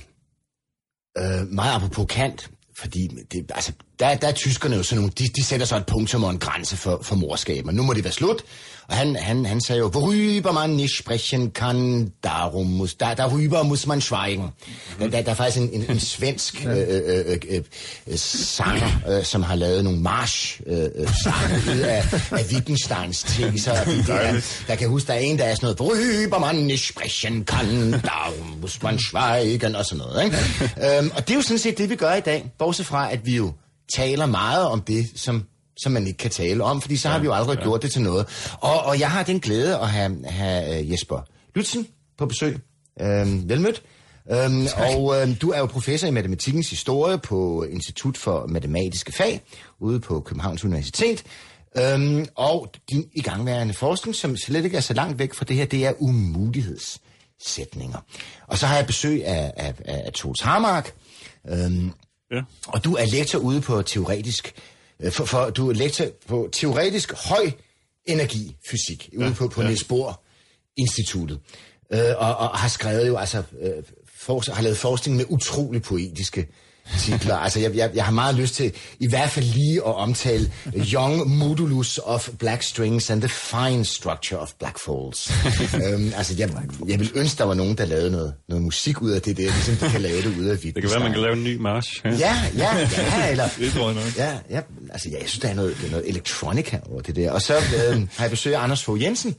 øh, meget apropos Kant, fordi det, altså, der, der er tyskerne jo sådan nogle, de, de sætter så et punktum og en grænse for, for morskab, og nu må det være slut. Og han, han, han sagde jo, worüber man nicht sprechen kann, darum muss, da, darüber muss man schweigen. Der, der, der er faktisk en, en, en svensk øh, øh, øh, øh, sanger, øh, som har lavet nogle march-sange øh, ud af, af Wittgensteins teser. Der, der kan huske, der er en, der er sådan noget, worüber man nicht sprechen kann, darum muss man schweigen, og sådan noget. Ikke? øhm, og det er jo sådan set det, vi gør i dag, bortset fra, at vi jo taler meget om det, som som man ikke kan tale om, fordi så ja, har vi jo aldrig ja. gjort det til noget. Og, og jeg har den glæde at have, have Jesper Lützen på besøg. Øhm, velmødt. Øhm, og øhm, du er jo professor i matematikkens historie på Institut for Matematiske Fag ude på Københavns Universitet. Øhm, og din igangværende forskning, som slet ikke er så langt væk fra det her, det er umulighedssætninger. Og så har jeg besøg af, af, af Troels Harmark. Øhm, ja. Og du er lektor ude på teoretisk For, for du er lektor på teoretisk høj energi fysik ude ja, på, på ja. Niels Bohr Instituttet. Øh, og, og har skrevet jo, altså, øh, for, har lavet forskning med utrolig poetiske titler. Altså, jeg, jeg, jeg har meget lyst til i hvert fald lige at omtale Young Modulus of Black Strings and the Fine Structure of Black Folds. øhm, altså, jeg, jeg vil ønske, der var nogen, der lavede noget, noget musik ud af det der, ligesom de kan lave det ud af Wittgenstein. Det kan være, man kan lave en ny march. Ja, ja, ja, ja eller... ja, ja, altså, ja, jeg synes, der er noget, noget elektronika over det der. Og så øhm, har jeg besøgt Anders Fogh Jensen,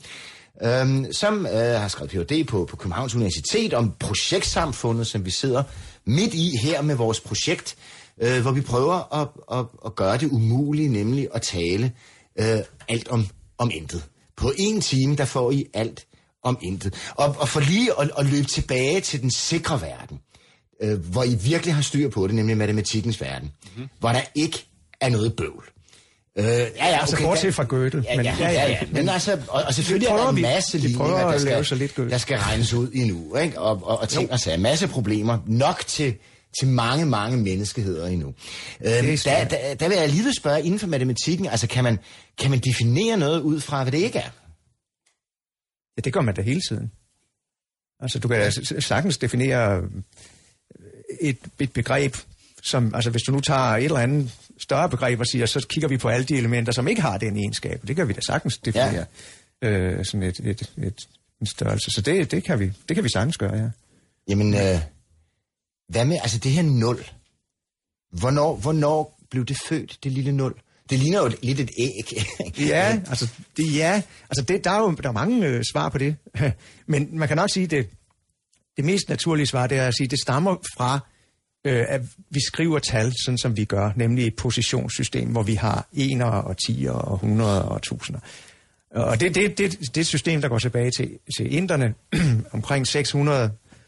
øhm, som øh, har skrevet P H D på, på Københavns Universitet om projektsamfundet, som vi sidder midt i her med vores projekt, øh, hvor vi prøver at, at, at gøre det umulige, nemlig at tale øh, alt om, om intet. På en time, der får I alt om intet. Og, og for lige at, at løbe tilbage til den sikre verden, øh, hvor I virkelig har styr på det, nemlig matematikkens verden, mm-hmm. hvor der ikke er noget bøvl. Øh, ja, ja, altså okay, bortset fra Gödel. Ja, ja, ja, ja, ja. Men altså, og, og selvfølgelig er der en masse ligninger, der skal, der skal regnes ud endnu, ikke? Og, og, og ting og sager, masse problemer, nok til, til mange, mange menneskeheder endnu. Øhm, der, der, der vil jeg alligevel spørge, inden for matematikken, altså kan man, kan man definere noget ud fra, hvad det ikke er? Ja, det gør man da hele tiden. Altså, du kan sagtens definere et, et begreb, som, altså hvis du nu tager et eller andet større begreb og siger, så kigger vi på alle de elementer, som ikke har den egenskab. Det kan vi da sagtens definere ja. øh, sådan et, et, et, en størrelse. Så det, det, kan vi, det kan vi sagtens gøre, ja. Jamen, øh, hvad med, altså det her nul? Hvornår, hvornår blev det født, det lille nul? Det ligner jo lidt et æg. ja, altså, det, ja, altså det, der er jo der er mange øh, svar på det. Men man kan nok sige, det det mest naturlige svar, det er at sige, det stammer fra, øh, at vi skriver tal, sådan som vi gør, nemlig et positionssystem, hvor vi har ener og tier og hundrede og tusinder. Og det, det, det, det er et system, der går tilbage til, til inderne. Omkring seks hundrede,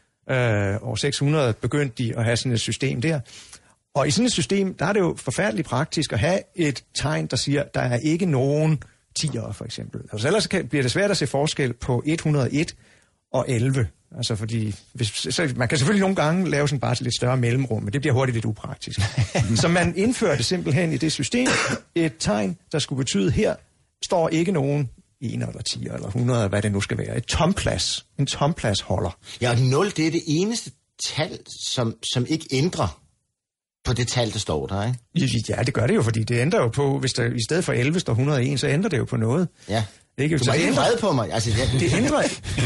øh, år seks hundrede begyndte de at have sådan et system der. Og i sådan et system, der er det jo forfærdeligt praktisk at have et tegn, der siger, der er ikke nogen tiere, for eksempel. Altså ellers kan, bliver det svært at se forskel på et hundrede og et og elleve. Altså fordi, hvis, så man kan selvfølgelig nogle gange lave sådan bare lidt større mellemrum, men det bliver hurtigt lidt upraktisk. Så man indførte simpelthen i det system et tegn, der skulle betyde, her står ikke nogen en eller ti eller hundrede, hvad det nu skal være. Et tomplads. En tomplads holder. Ja, og nul, det er det eneste tal, som, som ikke ændrer på det tal, der står der, ikke? Ja, det gør det jo, fordi det ændrer jo på, hvis der i stedet for elleve står et hundrede og en, så ændrer det jo på noget. Ja. Ikke? Du var ikke vred på mig. Altså, ja. Det ændrer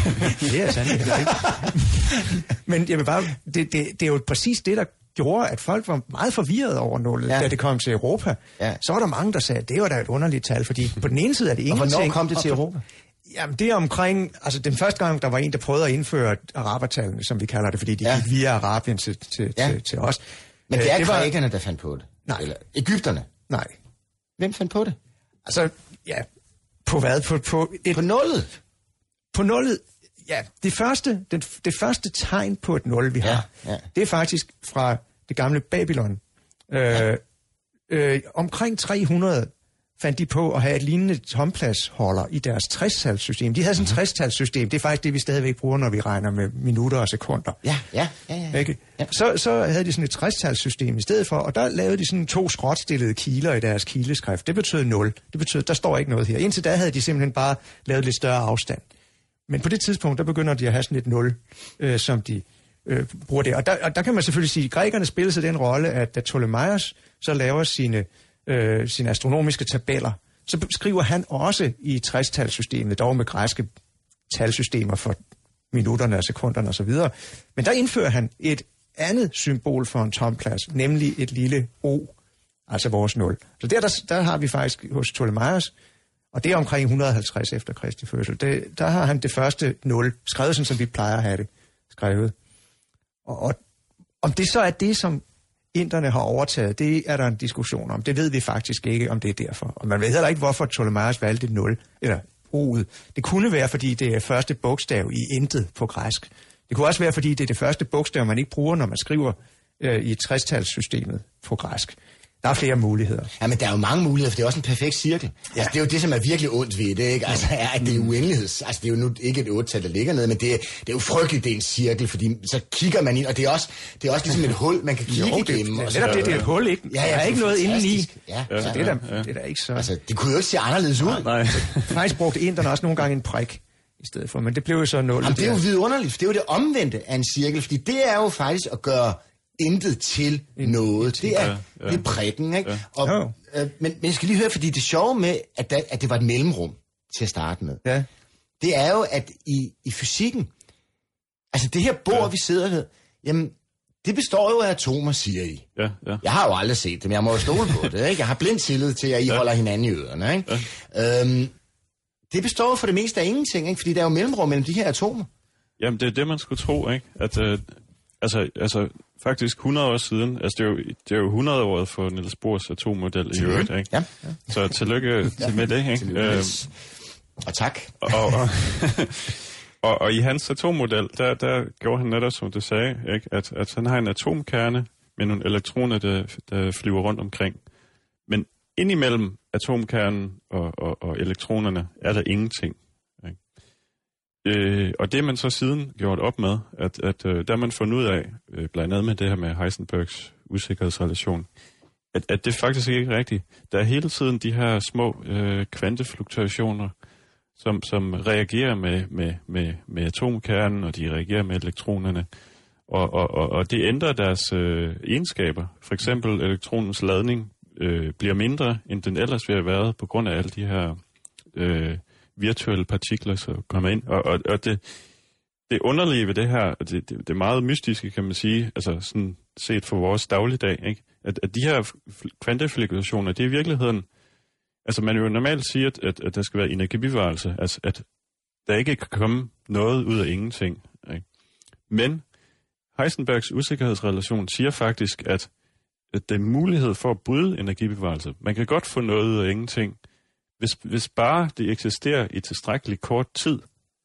det er sandt, det er ikke. Men jeg vil bare, det, det, det er jo præcis det, der gjorde, at folk var meget forvirrede over nullet, ja. Da det kom til Europa. Ja. Så var der mange, der sagde, at det var da et underligt tal, fordi på den ene side er det ingenting. Og hvornår kom det til Europa? Jamen, det er omkring, altså den første gang, der var en, der prøvede at indføre arabertallene, som vi kalder det, fordi de ja. gik via Arabien til, til, ja. til, til os. Men det er grækerne, var... der fandt på det? Nej. Eller Egypterne? Nej. Hvem fandt på det? Altså, ja, på hvad? På, på, et... på nullet? På nullet, ja. Det første, den, det første tegn på et nul, vi har, ja. Ja. Det er faktisk fra det gamle Babylon. Øh, ja. øh, omkring tre hundrede fandt de på at have et lignende tompladsholder i deres tres-talssystem. De havde sådan et tres-talssystem. Det er faktisk det, vi stadigvæk bruger, når vi regner med minutter og sekunder. Ja, ja, ja. ja, ja. ja. Så, så havde de sådan et tres-talssystem i stedet for, og der lavede de sådan to skråtstillede kiler i deres kileskrift. Det betød nul. Det betød, der står ikke noget her. Indtil da havde de simpelthen bare lavet lidt større afstand. Men på det tidspunkt, der begynder de at have sådan et nul, øh, som de øh, bruger det. Og der, og der kan man selvfølgelig sige, at grækerne spillede sig den rolle, at da Ptolemaios så laver sine Øh, sine astronomiske tabeller, så skriver han også i tres-talssystemet, dog med græske talsystemer for minutterne og sekunderne osv. Men der indfører han et andet symbol for en tomplads, nemlig et lille O, altså vores nul. Så der, der, der har vi faktisk hos Ptolemaios, og det er omkring et hundrede og halvtreds efter Kristi fødsel, det, der har han det første nul, skrevet sådan, som vi plejer at have det skrevet. Og, og om det så er det, som inderne har overtaget, det er der en diskussion om. Det ved vi faktisk ikke, om det er derfor. Og man ved heller ikke, hvorfor Ptolemaios valgte et nul, eller O'et. Det kunne være, fordi det er første bogstav i intet på græsk. Det kunne også være, fordi det er det første bogstav, man ikke bruger, når man skriver øh, i tres-talssystemet på græsk. Der er flere muligheder. Ja, men der er jo mange muligheder, for det er også en perfekt cirkel. Ja. Altså, det er jo det, som er virkelig ondt ved det, ikke? Altså, er, at det er uendeligheds. Altså, det er jo nu ikke et otte-tal, der ligger nede, men det er, det er jo frygteligt, det er en cirkel, fordi så kigger man ind, og det er også, det er også ligesom et hul, man kan kigge jo, det, igennem. Det er netop det, det er et hul, ikke? Ja, ja, der er ikke noget indeni. Ja, ja, så det er, der, det er der ikke så. Altså, det kunne jo ikke se anderledes ud. Nej, nej. Faktisk brugte inderne også nogle gange en prik i stedet for, men det blev jo så nul. Jamen, det er jo vidunderligt, for det er jo det omvendte af en cirkel, fordi det er jo faktisk at gøre intet til noget. Det er, ja, ja. Det er prikken, ikke? Ja. Og, øh, men, men jeg skal lige høre, fordi det sjove med, at, der, at det var et mellemrum til at starte med, ja. Det er jo, at i, i fysikken, altså det her bord, ja. Vi sidder ved, jamen, det består jo af atomer, siger I. Ja, ja. Jeg har jo aldrig set dem, jeg må jo stole på det, ikke? Jeg har blind tillid til, at I ja. Holder hinanden i ørerne, ikke? Ja. Øhm, det består jo for det meste af ingenting, ikke? Fordi der er jo mellemrum mellem de her atomer. Jamen, det er det, man skulle tro, ikke? At, øh, altså, altså, faktisk hundrede år siden, altså det er jo, det er jo hundrede året for Niels Bohrs atommodel i øvrigt, ikke? Ja. Ja. Så tillykke til med det, ikke? Øhm, og tak. Og, og, og, og i hans atommodel, der, der gjorde han netop, som du sagde, ikke? At, at han har en atomkerne med nogle elektroner, der, der flyver rundt omkring. Men indimellem atomkernen og, og, og elektronerne er der ingenting. Ikke? Øh, og det er man så siden gjort op med, at, at øh, der man fundet ud af, øh, blandt andet med det her med Heisenbergs usikkerhedsrelation, at, at det faktisk ikke er rigtigt. Der er hele tiden de her små øh, kvantefluktuationer, som, som reagerer med, med, med, med atomkernen, og de reagerer med elektronerne. Og, og, og, og det ændrer deres øh, egenskaber. For eksempel elektronens ladning øh, bliver mindre, end den ellers ville have været, på grund af alle de her øh, virtuelle partikler, som kommer ind. Og, og, og det, det underlige ved det her, det, det, det meget mystiske, kan man sige, altså sådan set for vores dagligdag, ikke? At, at de her kvantefluktuationer, det er i virkeligheden, altså man jo normalt siger, at, at, at der skal være energibevarelse, altså at der ikke kan komme noget ud af ingenting. Ikke? Men Heisenbergs usikkerhedsrelation siger faktisk, at, at der er mulighed for at bryde energibevarelse. Man kan godt få noget ud af ingenting, hvis, hvis bare det eksisterer i tilstrækkelig kort tid.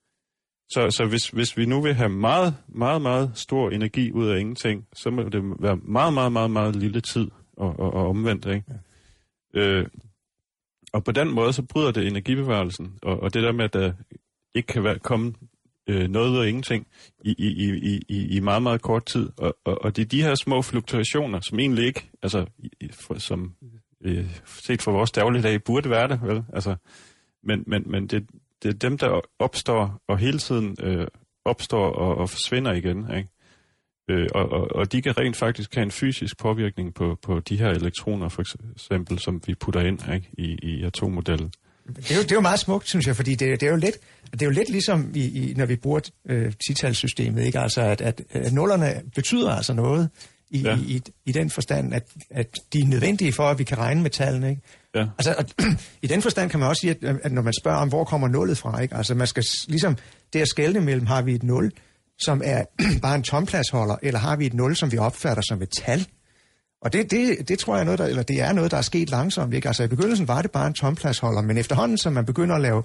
Så, så hvis, hvis vi nu vil have meget, meget, meget stor energi ud af ingenting, så må det være meget, meget, meget, meget lille tid og, og, og omvendt, ikke? Ja. Øh, og på den måde, så bryder det energibevarelsen, og, og det der med, at der ikke kan være, komme øh, noget ud af ingenting i, i, i, i, i meget, meget kort tid. Og, og, og det er de her små fluktuationer, som egentlig ikke, altså i, for, som øh, set fra vores dagligdag, burde være det, vel? Altså, men, men, men det Det er dem, der opstår og hele tiden øh, opstår og, og forsvinder igen, ikke? Øh, og, og, og de kan rent faktisk have en fysisk påvirkning på, på de her elektroner, for eksempel, som vi putter ind, ikke? I, i atommodellen. Det er, jo, det er jo meget smukt, synes jeg, fordi det, det er jo lidt, det er jo lidt ligesom, i, i, når vi bruger øh, titalssystemet, ikke? Altså, at, at, at nullerne betyder altså noget i, ja. i, i, i den forstand, at, at de er nødvendige for, at vi kan regne med tallene, ikke? Ja. Altså, at, i den forstand kan man også sige, at, at når man spørger om, hvor kommer nullet fra, ikke? Altså, man skal ligesom, det at skelne mellem, har vi et nul, som er bare en tompladsholder, eller har vi et nul, som vi opfatter som et tal? Og det, det, det tror jeg er noget, der, eller det er noget, der er sket langsomt, ikke? Altså, i begyndelsen var det bare en tompladsholder, men efterhånden, som man begynder at lave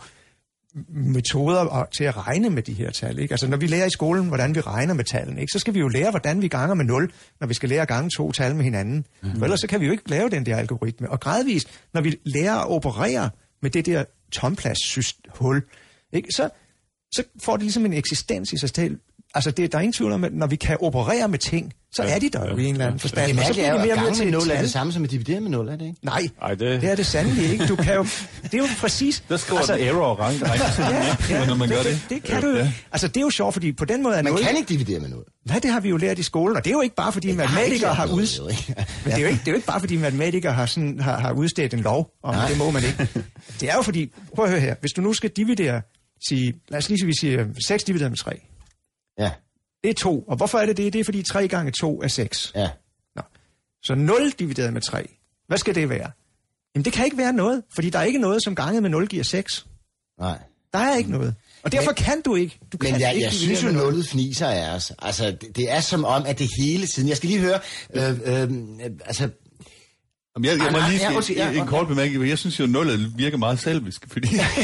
metoder til at regne med de her tal, ikke? Altså, når vi lærer i skolen, hvordan vi regner med tallene, ikke? Så skal vi jo lære, hvordan vi ganger med nul, når vi skal lære at gange to tal med hinanden. Mm-hmm. For ellers så kan vi jo ikke lave den der algoritme. Og gradvist, når vi lærer at operere med det der tompladshul, ikke? Så, så får det ligesom en eksistens i sig selv. Altså, det, der er ingen tvivl om, at når vi kan operere med ting, så ja, er de der jo ja, i en eller anden forstand. Det mærkelige er jo, at gange med nul er det samme som at dividere med nul, er det ikke? Nej, Ej, det... det er det sandelig ikke. Du kan jo, det er jo præcis... Der skriver altså, en error og rank, ja, ja, når man gør det. Det, det kan du jo. Altså, det er jo sjovt, fordi på den måde er man nul... Man kan ikke dividere med nul. Nej, det har vi jo lært i skolen, og det er jo ikke bare, fordi matematikere har ud... Men det er, jo ikke, det er jo ikke bare, fordi matematikere har, sådan, har, har udstedt en lov om, Nej. Det må man ikke. Det er jo fordi... Prøv at høre her. Hvis du nu skal dividere... Sige, lad os lige sige, vi siger seks divideret med tre. Ja. Det er to. Og hvorfor er det det? Det er, fordi tre gange to er seks. Ja. Nå. Så nul divideret med tre. Hvad skal det være? Jamen, det kan ikke være noget, fordi der er ikke noget, som ganget med nul giver seks. Nej. Der er ikke noget. Og derfor men, kan du ikke. Du men kan jeg, ikke jeg synes jo, nullet fniser af os. Altså, det, det er som om, at det hele tiden... Jeg skal lige høre... Øh, øh, altså... Jeg, jeg må lige ja, okay, ja, en, en kort bemærkning. Jeg synes jo, at nullet virker meget selvisk, fordi,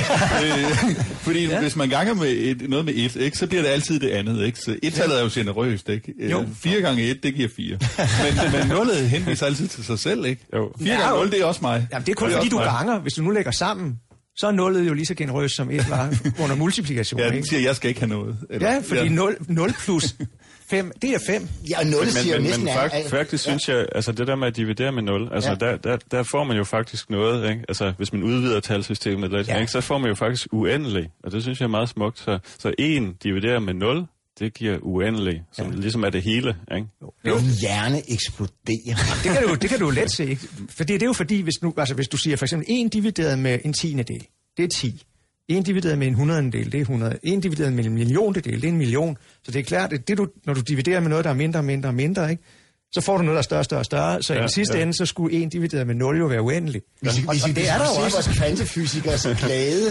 øh, fordi ja. Hvis man ganger med et, noget med et, ikke, så bliver det altid det andet. Ikke? Så et-tallet er jo generøst. Ikke? Jo. Fire gange et, det giver fire. Men, men nullet henviser altid til sig selv. Ikke? Jo. Fire ja, gange nul, det er også mig. Jamen, det er kun det er fordi, du mig. ganger. Hvis du nu lægger sammen, så er nullet jo lige så generøst som et var under multiplikation. Ja, den siger, at jeg skal ikke have noget. Eller, ja, fordi ja. nul, nul plus fem, det er fem. Ja, og nul men, siger men, næsten... Men faktisk, ja. faktisk synes jeg, altså det der med at dividere med nul, altså ja. der, der, der får man jo faktisk noget, ikke? Altså hvis man udvider talsystemet lidt, ja. ikke? Så får man jo faktisk uendelig, og det synes jeg er meget smukt. Så, så en dividerer med nul, det giver uendelig, som ja. ligesom er det hele, ikke? Jo. Min hjerne eksploderer. Det kan du, det kan du let se, ikke? For det, det er jo fordi, hvis, nu, altså, hvis du siger for eksempel en divideret med en tiendedel, det er ti. En divideret med en hundredendel, det er hundrede. En divideret med en milliondedel, det er en million. Så det er klart, at det, du, når du dividerer med noget, der er mindre og mindre og mindre, ikke? Så får du noget, der er større og større og større. Så ja, i den sidste ja. ende, så skulle en divideret med nul jo være uendelig. Ja. Hvis, og, hvis, og det er der jo også. Vores kvantefysikere så glade,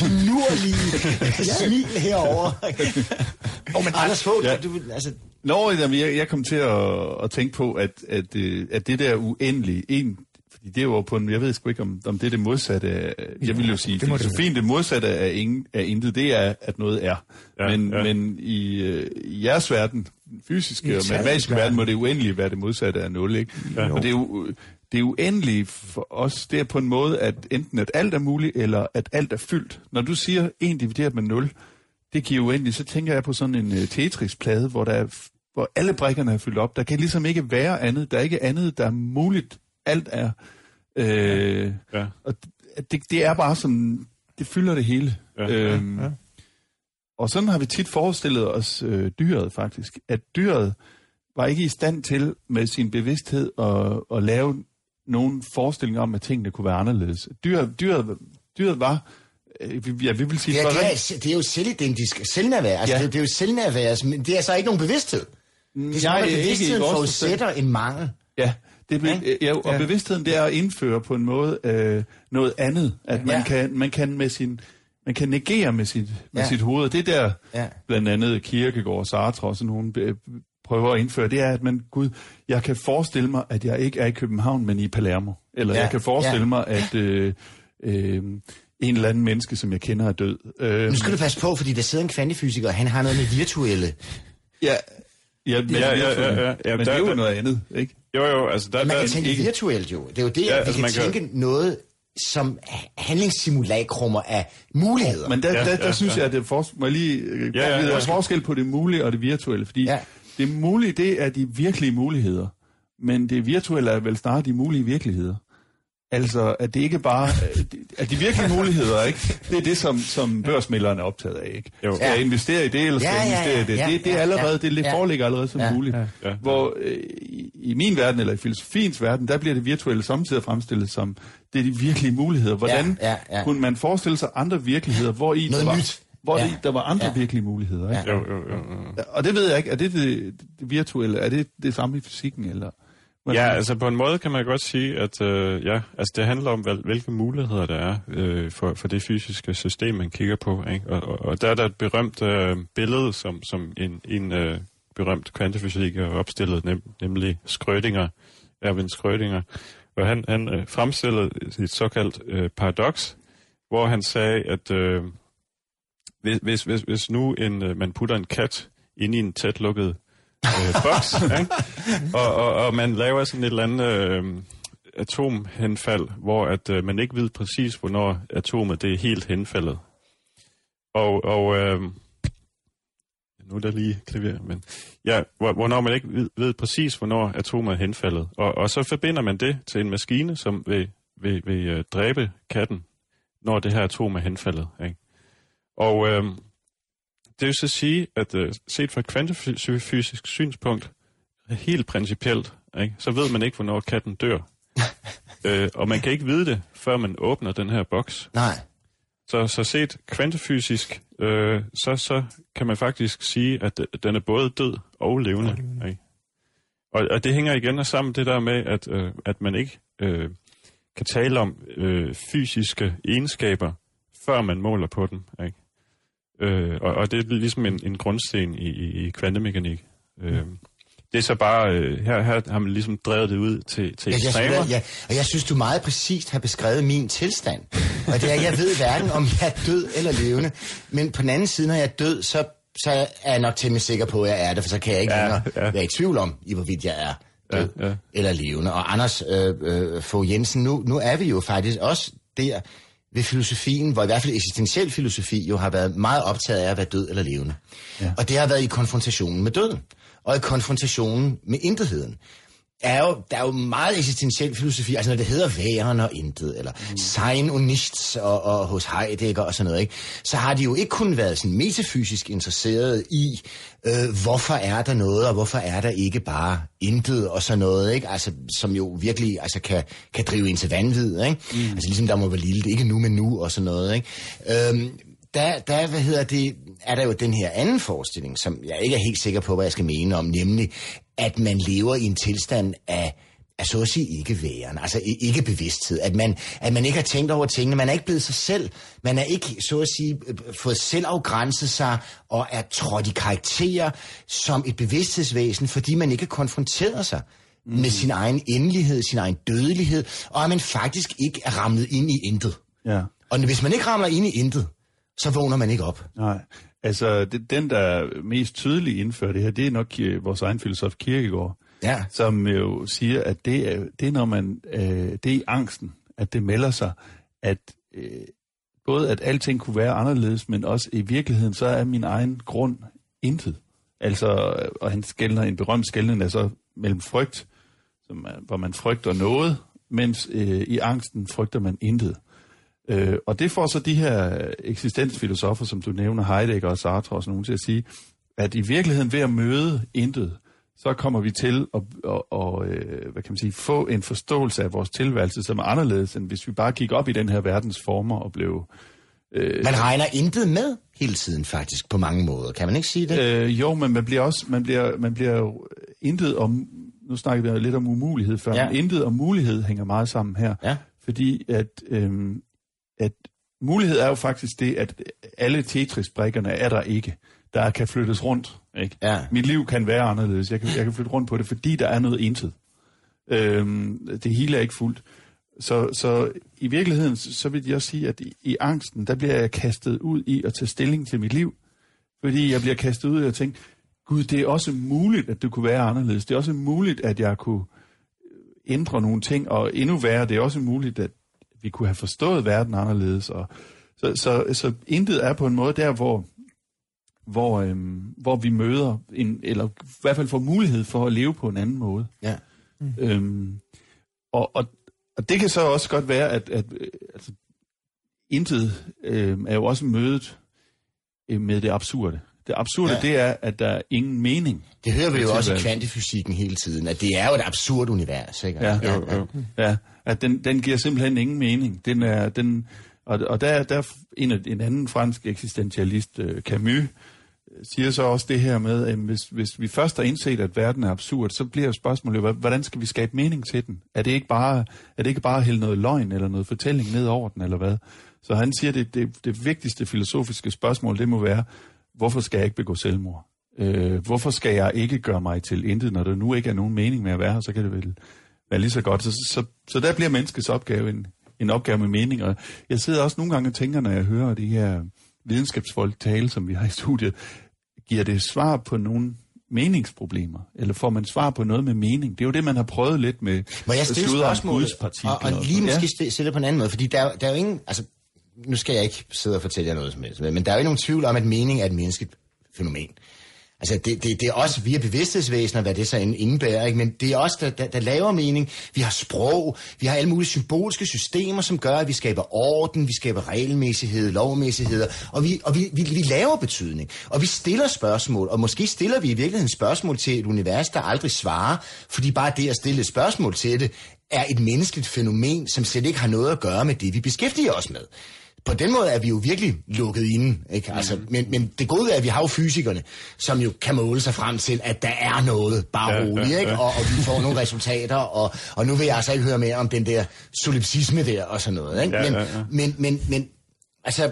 finurlige smil herovre. Åh, men Anders Fogh, ja. du altså... Nå, jeg, jeg kom til at, at tænke på, at, at, at det der uendelige, en det er jo på en, jeg ved sgu ikke, om, om det er det modsatte af, jeg vil jo sige, det filosofien, det modsatte af, ingen, af intet, det er, at noget er. Ja, men, ja. men i, øh, i jeres verden, fysiske I og matematiske verden, må det uendelige være det modsatte af nul, ikke? Ja. Og det er jo, det er uendeligt for os, det er på en måde, at enten at alt er muligt, eller at alt er fyldt. Når du siger en divideret med nul, det giver uendeligt. Så tænker jeg på sådan en uh, Tetris-plade, hvor, der er, hvor alle brikkerne er fyldt op. Der kan ligesom ikke være andet. Der er ikke andet, der er muligt. Alt er... Øh, ja. Og det, det er bare sådan... Det fylder det hele. Ja, øhm, ja, ja. Og sådan har vi tit forestillet os øh, dyret faktisk. At dyret var ikke i stand til med sin bevidsthed at, at lave nogen forestilling om, at tingene kunne være anderledes. Dyret, dyret, dyret var... Ja, vi vil sige... Det er, det er, det er jo selvidentisk selvnærvær. Altså, ja. det, det er jo selvnærvær, men det er så ikke nogen bevidsthed. Det er som, at bevidstheden forudsætter en mangel. Ja, det ble, ja, og ja. bevidstheden, det er at indføre på en måde øh, noget andet. At man, ja. kan, man kan med sin... Man kan negere med sit, med ja. sit hoved. Det der ja. blandt andet Kierkegaard og Sartre og sådan nogen prøver at indføre, det er, at man, gud, jeg kan forestille mig, at jeg ikke er i København, men i Palermo. Eller ja. jeg kan forestille ja. mig, at... Øh, øh, en eller anden menneske, som jeg kender, er død. Øh, nu skal du passe på, fordi der sidder en kvantefysiker, og han har noget med virtuelle. Ja, ja, men, ja, ja, ja, ja, ja, men der, det er jo der, noget andet, ikke? Jo, jo, altså... Der, man der, kan tænke ikke virtuelt jo. Det er jo det, ja, at vi altså, kan tænke kan... noget, som handlingssimulakrummer af muligheder. Men der, ja, der, der, der ja, synes ja. jeg, at det er, for, må jeg lige, ja, ja, ja, der er forskel på det mulige og det virtuelle, fordi ja. det mulige, det er de virkelige muligheder, men det virtuelle er vel snarere de mulige virkeligheder. Altså, at det ikke bare... At de virkelige muligheder, ikke? Det er det, som, som børsmælderne er optaget af, ikke? Jo. Skal jeg investere i det, eller skal jeg ja, investere ja, i det? ja, det, det er allerede, det, det ja, foreligger allerede som ja, muligt. Ja, ja. Hvor øh, i, i min verden, eller i filosofiens verden, der bliver det virtuelle samtidig fremstillet som, det er de virkelige muligheder. Hvordan ja, ja, ja. kunne man forestille sig andre virkeligheder, hvor i der var, nyt. hvor ja. det, der var andre ja. virkelige muligheder, ikke? Ja. Jo, jo, jo, jo. Og det ved jeg ikke, er det det, det virtuelle, er det det samme i fysikken, eller... Ja, altså på en måde kan man godt sige, at øh, ja, altså det handler om, hvilke muligheder der er øh, for, for det fysiske system, man kigger på. Ikke? Og, og, og der er der et berømt øh, billede, som, som en, en øh, berømt kvantefysiker opstillet, nem, nemlig Schrödinger, Erwin Schrödinger. Og han, han øh, fremstillede et såkaldt øh, paradoks, hvor han sagde, at øh, hvis, hvis, hvis nu en, øh, man putter en kat ind i en tæt lukket Øh, boks, ikke? Og, og, og man laver sådan et eller andet øh, atomhenfald, hvor at øh, man ikke ved præcis, hvornår atomet det er helt henfaldet. Og, og øh, nu er der lige klaver, men ja, hvornår man ikke ved, ved præcis, hvornår atomet er henfaldet. Og, og så forbinder man det til en maskine, som vil, vil, vil øh, dræbe katten, når det her atom er henfaldet. Ikke? Og øh, det vil så sige, at uh, set fra et kvantefysisk synspunkt, helt principielt, ikke, så ved man ikke, hvornår katten dør. uh, og man kan ikke vide det, før man åbner den her boks. Nej. Så, så set kvantefysisk, uh, så, så kan man faktisk sige, at den er både død og levende. Ikke? Og, og det hænger igen sammen det der med, at, uh, at man ikke uh, kan tale om uh, fysiske egenskaber, før man måler på dem. Ikke? Øh, og, og det er ligesom en, en grundsten i, i, i kvantemekanik. Øh, det er så bare, øh, her, her har man ligesom drevet det ud til, til ja, ekstremer. Jeg, ja, og jeg synes, du meget præcist har beskrevet min tilstand. Og det er, jeg ved hverken, om jeg er død eller levende. Men på den anden side, når jeg er død, så, så er jeg nok temmelig sikker på, at jeg er det, for så kan jeg ikke ja, længere ja. være i tvivl om, i hvorvidt jeg er død ja, ja. eller levende. Og Anders øh, øh, Fogh Jensen, nu, nu er vi jo faktisk også der ved filosofien, hvor i hvert fald eksistentiel filosofi jo har været meget optaget af at være død eller levende. Ja. Og det har været i konfrontationen med døden, og i konfrontationen med intetheden. Er jo, der er jo meget eksistentiel filosofi, altså når det hedder væren og intet, eller mm. sein und nichts, og, og hos Heidegger og sådan noget, ikke? Så har de jo ikke kun været sådan metafysisk interesseret i, øh, hvorfor er der noget, og hvorfor er der ikke bare intet, og sådan noget, ikke? Altså, som jo virkelig altså, kan, kan drive ind til vanvid, ikke? Mm. Altså ligesom der må være lille, ikke nu, men nu, og sådan noget, ikke? Øhm, der, der, hvad hedder det, er der jo den her anden forestilling, som jeg ikke er helt sikker på, hvad jeg skal mene om, nemlig, at man lever i en tilstand af, af så at sige ikke-væren, altså ikke bevidsthed, at man, at man ikke har tænkt over tingene, man er ikke blevet sig selv, man er ikke, så at sige, fået selv afgrænset sig og er trådt i karakter som et bevidsthedsvæsen, fordi man ikke har konfronteret sig mm. med sin egen endelighed, sin egen dødelighed, og at man faktisk ikke er ramlet ind i intet. Ja. Og hvis man ikke ramler ind i intet, så vågner man ikke op. Nej, altså det, den, der mest tydeligt indfører det her, det er nok vores egen filosof Kierkegaard, ja. Som jo siger, at det er, det er når man, øh, det er i angsten, at det melder sig, at øh, både at alting kunne være anderledes, men også i virkeligheden, så er min egen grund intet. Altså, og han skældner, en berømt skældning er så mellem frygt, som er, hvor man frygter noget, mens øh, i angsten frygter man intet. Øh, og det får så de her eksistensfilosofer, som du nævner, Heidegger og Sartre og sådan nogen, til at sige, at i virkeligheden ved at møde intet, så kommer vi til at, at, at, at hvad kan man sige, få en forståelse af vores tilværelse, som er anderledes, end hvis vi bare gik op i den her verdens former og blev... Øh, man regner intet med hele tiden faktisk, på mange måder. Kan man ikke sige det? Øh, jo, men man bliver også... Man bliver, man bliver intet om... Nu snakker vi lidt om umulighed før, ja. Men intet og mulighed hænger meget sammen her. Ja. Fordi at, øhm, at mulighed er jo faktisk det, at alle Tetris-brikkerne er der ikke. Der kan flyttes rundt. Ikke? Ja. Mit liv kan være anderledes. Jeg kan, jeg kan flytte rundt på det, fordi der er noget intet. Øhm, det hele er ikke fuldt. Så, så i virkeligheden, så vil jeg sige, at i, i angsten, der bliver jeg kastet ud i at tage stilling til mit liv. Fordi jeg bliver kastet ud i at tænke, Gud, det er også muligt, at det kunne være anderledes. Det er også muligt, at jeg kunne ændre nogle ting, og endnu værre, det er også muligt, at vi kunne have forstået verden anderledes. Og så, så, så intet er på en måde der, hvor, hvor, øhm, hvor vi møder, en, eller i hvert fald får mulighed for at leve på en anden måde. Ja. Mm. Øhm, og, og, og det kan så også godt være, at, at altså, intet øhm, er jo også mødet øh, med det absurde. Det absurde, ja. Det er, at der er ingen mening. Det hører vi jo også i kvantefysikken hele tiden, at det er jo et absurd univers, ikke? Ja, ja, ja. ja at den, den giver simpelthen ingen mening. Den er, den, og og der, der en, en anden fransk eksistentialist, Camus, siger så også det her med, at hvis, hvis vi først har indset, at verden er absurd, så bliver spørgsmålet, hvordan skal vi skabe mening til den? Er det ikke bare, er det ikke bare at hælde noget løgn eller noget fortælling ned over den, eller hvad? Så han siger, at det, det, det vigtigste filosofiske spørgsmål, det må være, hvorfor skal jeg ikke begå selvmord? Øh, hvorfor skal jeg ikke gøre mig til intet, når der nu ikke er nogen mening med at være her, så kan det vel være lige så godt. Så, så, så der bliver menneskets opgave en, en opgave med mening. Og jeg sidder også nogle gange og tænker, når jeg hører de her videnskabsfolk tale, som vi har i studiet, giver det svar på nogle meningsproblemer? Eller får man svar på noget med mening? Det er jo det, man har prøvet lidt med. Må jeg stille spørgsmålet, og, og lige måske ja. stille på en anden måde, fordi der, der er jo ingen... Altså, nu skal jeg ikke sidde og fortælle jer noget som helst, men der er jo ikke nogen tvivl om, at mening er et menneskeligt fænomen. Altså, det, det, det er også, vi er bevidsthedsvæsener, hvad det så indebærer, ikke? Men det er også der, der, der laver mening. Vi har sprog, vi har alle mulige symbolske systemer, som gør, at vi skaber orden, vi skaber regelmæssighed, lovmæssigheder, og vi, og vi, vi, vi laver betydning. Og vi stiller spørgsmål, og måske stiller vi i virkeligheden spørgsmål til et univers, der aldrig svarer, fordi bare det at stille et spørgsmål til det, er et menneskeligt fænomen, som slet ikke har noget at gøre med det, vi beskæftiger os med. På den måde er vi jo virkelig lukket inde, ikke? Altså, mm. men, men det gode er, at vi har jo fysikerne, som jo kan måle sig frem til, at der er noget, bare ja, roligt, ja, ikke? Ja. Og, og vi får nogle resultater, og, og nu vil jeg altså ikke høre mere om den der solipsisme der, og sådan noget, ikke? Ja, men, ja, ja. men, men, men, altså,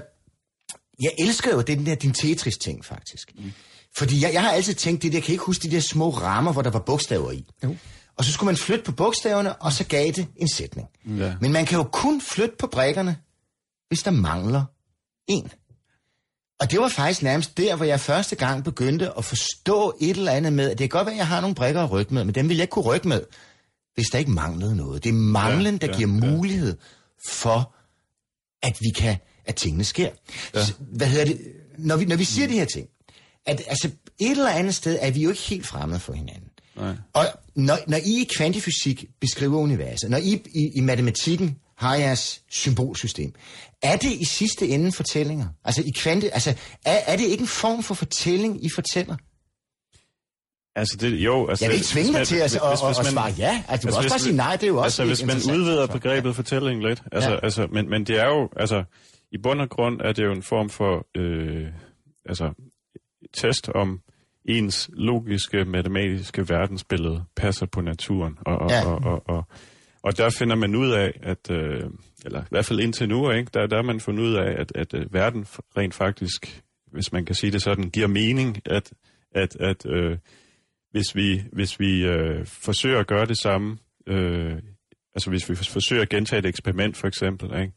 jeg elsker jo den der, din Tetris-ting, faktisk. Mm. Fordi jeg, jeg har altid tænkt, det der, jeg kan ikke huske de der små rammer, hvor der var bogstaver i. Jo. Og så skulle man flytte på bogstaverne, og så gav det en sætning. Ja. Men man kan jo kun flytte på brikkerne, hvis der mangler en. Og det var faktisk nærmest der, hvor jeg første gang begyndte at forstå et eller andet med, at det kan godt være, at jeg har nogle brikker at rykke med, men dem vil jeg ikke kunne rykke med, hvis der ikke manglede noget. Det er manglen, der ja, giver ja, mulighed for, at vi kan, at tingene sker. Ja. Så, hvad hedder det? Når vi, når vi siger mm. de her ting, at altså, et eller andet sted er vi jo ikke helt fremmede for hinanden. Nej. Og når, når I i kvantefysik beskriver universet, når I i, i matematikken har jeres symbolsystem, er det i sidste ende fortællinger? Altså, i kvante, altså er, er det ikke en form for fortælling, I fortæller? Altså, det, jo... Altså, jeg vil ikke tvinge dig til at, hvis, at, hvis, at, at svare ja. Altså, du altså, kan også bare sige nej, det er jo også altså, hvis man udvider begrebet ja. fortælling lidt. Altså, ja. altså, men, men det er jo... Altså, i bund og grund er det jo en form for... Øh, altså, test om ens logiske, matematiske verdensbillede passer på naturen. Og, og, ja. og, og, og, og der finder man ud af, at... Øh, eller i hvert fald indtil nu, ikke? Der, der har man fundet ud af, at, at, at verden rent faktisk, hvis man kan sige det sådan, giver mening, at, at, at øh, hvis vi, hvis vi øh, forsøger at gøre det samme, øh, altså hvis vi forsøger at gentage et eksperiment for eksempel, ikke?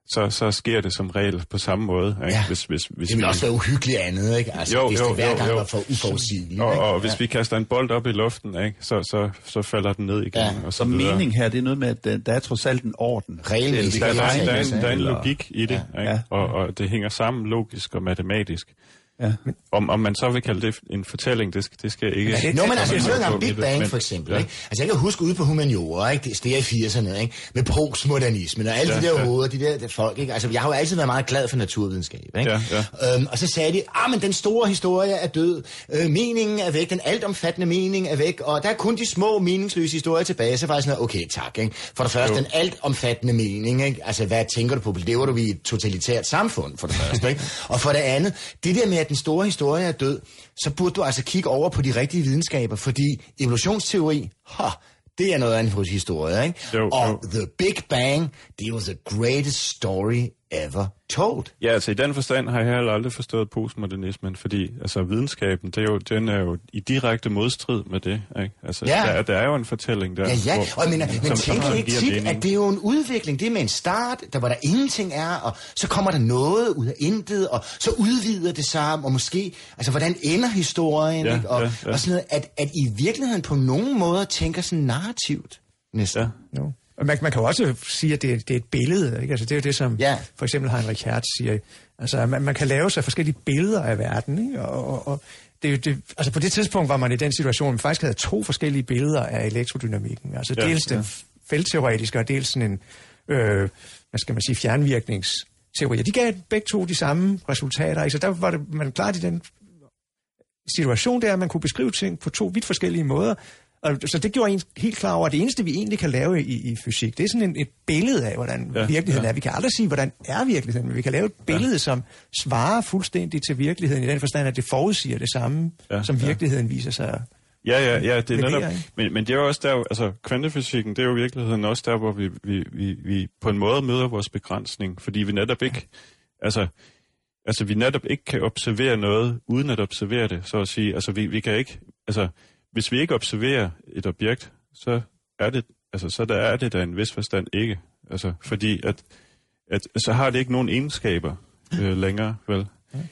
så, så sker det som regel på samme måde. Ikke? Ja. Hvis, hvis, hvis det vil vi... også være uhyggeligt andet, ikke? Altså, jo, hvis jo, det hver jo, gang jo. var for uforudsigeligt. Og, og, og ja. hvis vi kaster en bold op i luften, ikke? Så, så, så falder den ned igen. Ja. Og så, så mening her, det er noget med, at der, der er trods alt en orden. Regelmæssigt. Der, der, der, der, er en, der er en Eller... logik i det, ja. ikke? Ja. Og, og det hænger sammen logisk og matematisk. Ja. Om, om man så vil kalde det en fortælling, det skal, det skal ikke... Ja, Nå, men altså, hvis vi har Big Bang men, for eksempel, ja. ikke? Altså, jeg kan huske ude på humaniora, ikke? Det, det er i firserne, ikke? Med postmodernismen og alle ja, de der ja. hoveder, de der, der folk, ikke? Altså, jeg har jo altid været meget glad for naturvidenskab, ikke? Ja, ja. Øhm, og så sagde de, ah, men den store historie er død, øh, meningen er væk, den altomfattende mening er væk, og der er kun de små meningsløse historier tilbage, så var jeg sådan noget, okay, tak, ikke? For det første, jo. Den altomfattende mening, ikke? Altså, hvad tænker du på? Lever du i et totalitært samfund, for det første, ikke? Og for det andet, det der med, at den store historie er død, så burde du altså kigge over på de rigtige videnskaber, fordi evolutionsteori, ha, det er noget af en historie, ikke? Jo, og jo. The Big Bang, det was the greatest story ever told. Ja, altså i den forstand har jeg heller aldrig forstået postmodernismen, fordi altså videnskaben, det er jo, den er jo i direkte modstrid med det, ikke? Altså, ja. der, der er jo en fortælling der. Ja, ja, hvor, og jeg mener, men tænker ikke tit, mening. at det er jo en udvikling, det er med en start, der hvor der ingenting er, og så kommer der noget ud af intet, og så udvider det sig, og måske, altså hvordan ender historien, ja, ikke? Og, ja, ja. og sådan noget, at, at i virkeligheden på nogen måde tænker sådan narrativt, næsten. Ja. No. Og man, man kan jo også sige, at det, det er et billede, ikke? Altså, det er jo det, som ja. for eksempel Heinrich Hertz siger. Altså, man, man kan lave sig forskellige billeder af verden, ikke? Og, og, og det, det, altså på det tidspunkt var man i den situation, at man faktisk havde to forskellige billeder af elektrodynamikken. Altså ja, dels den ja. feltteoretiske, og dels sådan en, øh, hvad skal man sige, fjernvirkningsteori. De gav begge to de samme resultater, ikke? Så der var det, man klart i den situation der, at man kunne beskrive ting på to vidt forskellige måder. Og så det gjorde en helt klar over, at det eneste, vi egentlig kan lave i, i fysik, det er sådan en, et billede af, hvordan ja, virkeligheden ja. er. Vi kan aldrig sige, hvordan er virkeligheden, men vi kan lave et billede, ja. som svarer fuldstændig til virkeligheden, i den forstand, at det forudsiger det samme, ja, som virkeligheden ja. viser sig. Ja, ja, ja, det er levere, netop, men, men det er jo også der, altså kvantefysikken, det er jo i virkeligheden også der, hvor vi, vi, vi, vi på en måde møder vores begrænsning, fordi vi netop ikke, altså, altså vi netop ikke kan observere noget, uden at observere det, så at sige. Altså vi, vi kan ikke, altså hvis vi ikke observerer et objekt, så er det, altså så der er det der en vis forstand ikke, altså fordi at, at så har det ikke nogen egenskaber øh, længere, vel?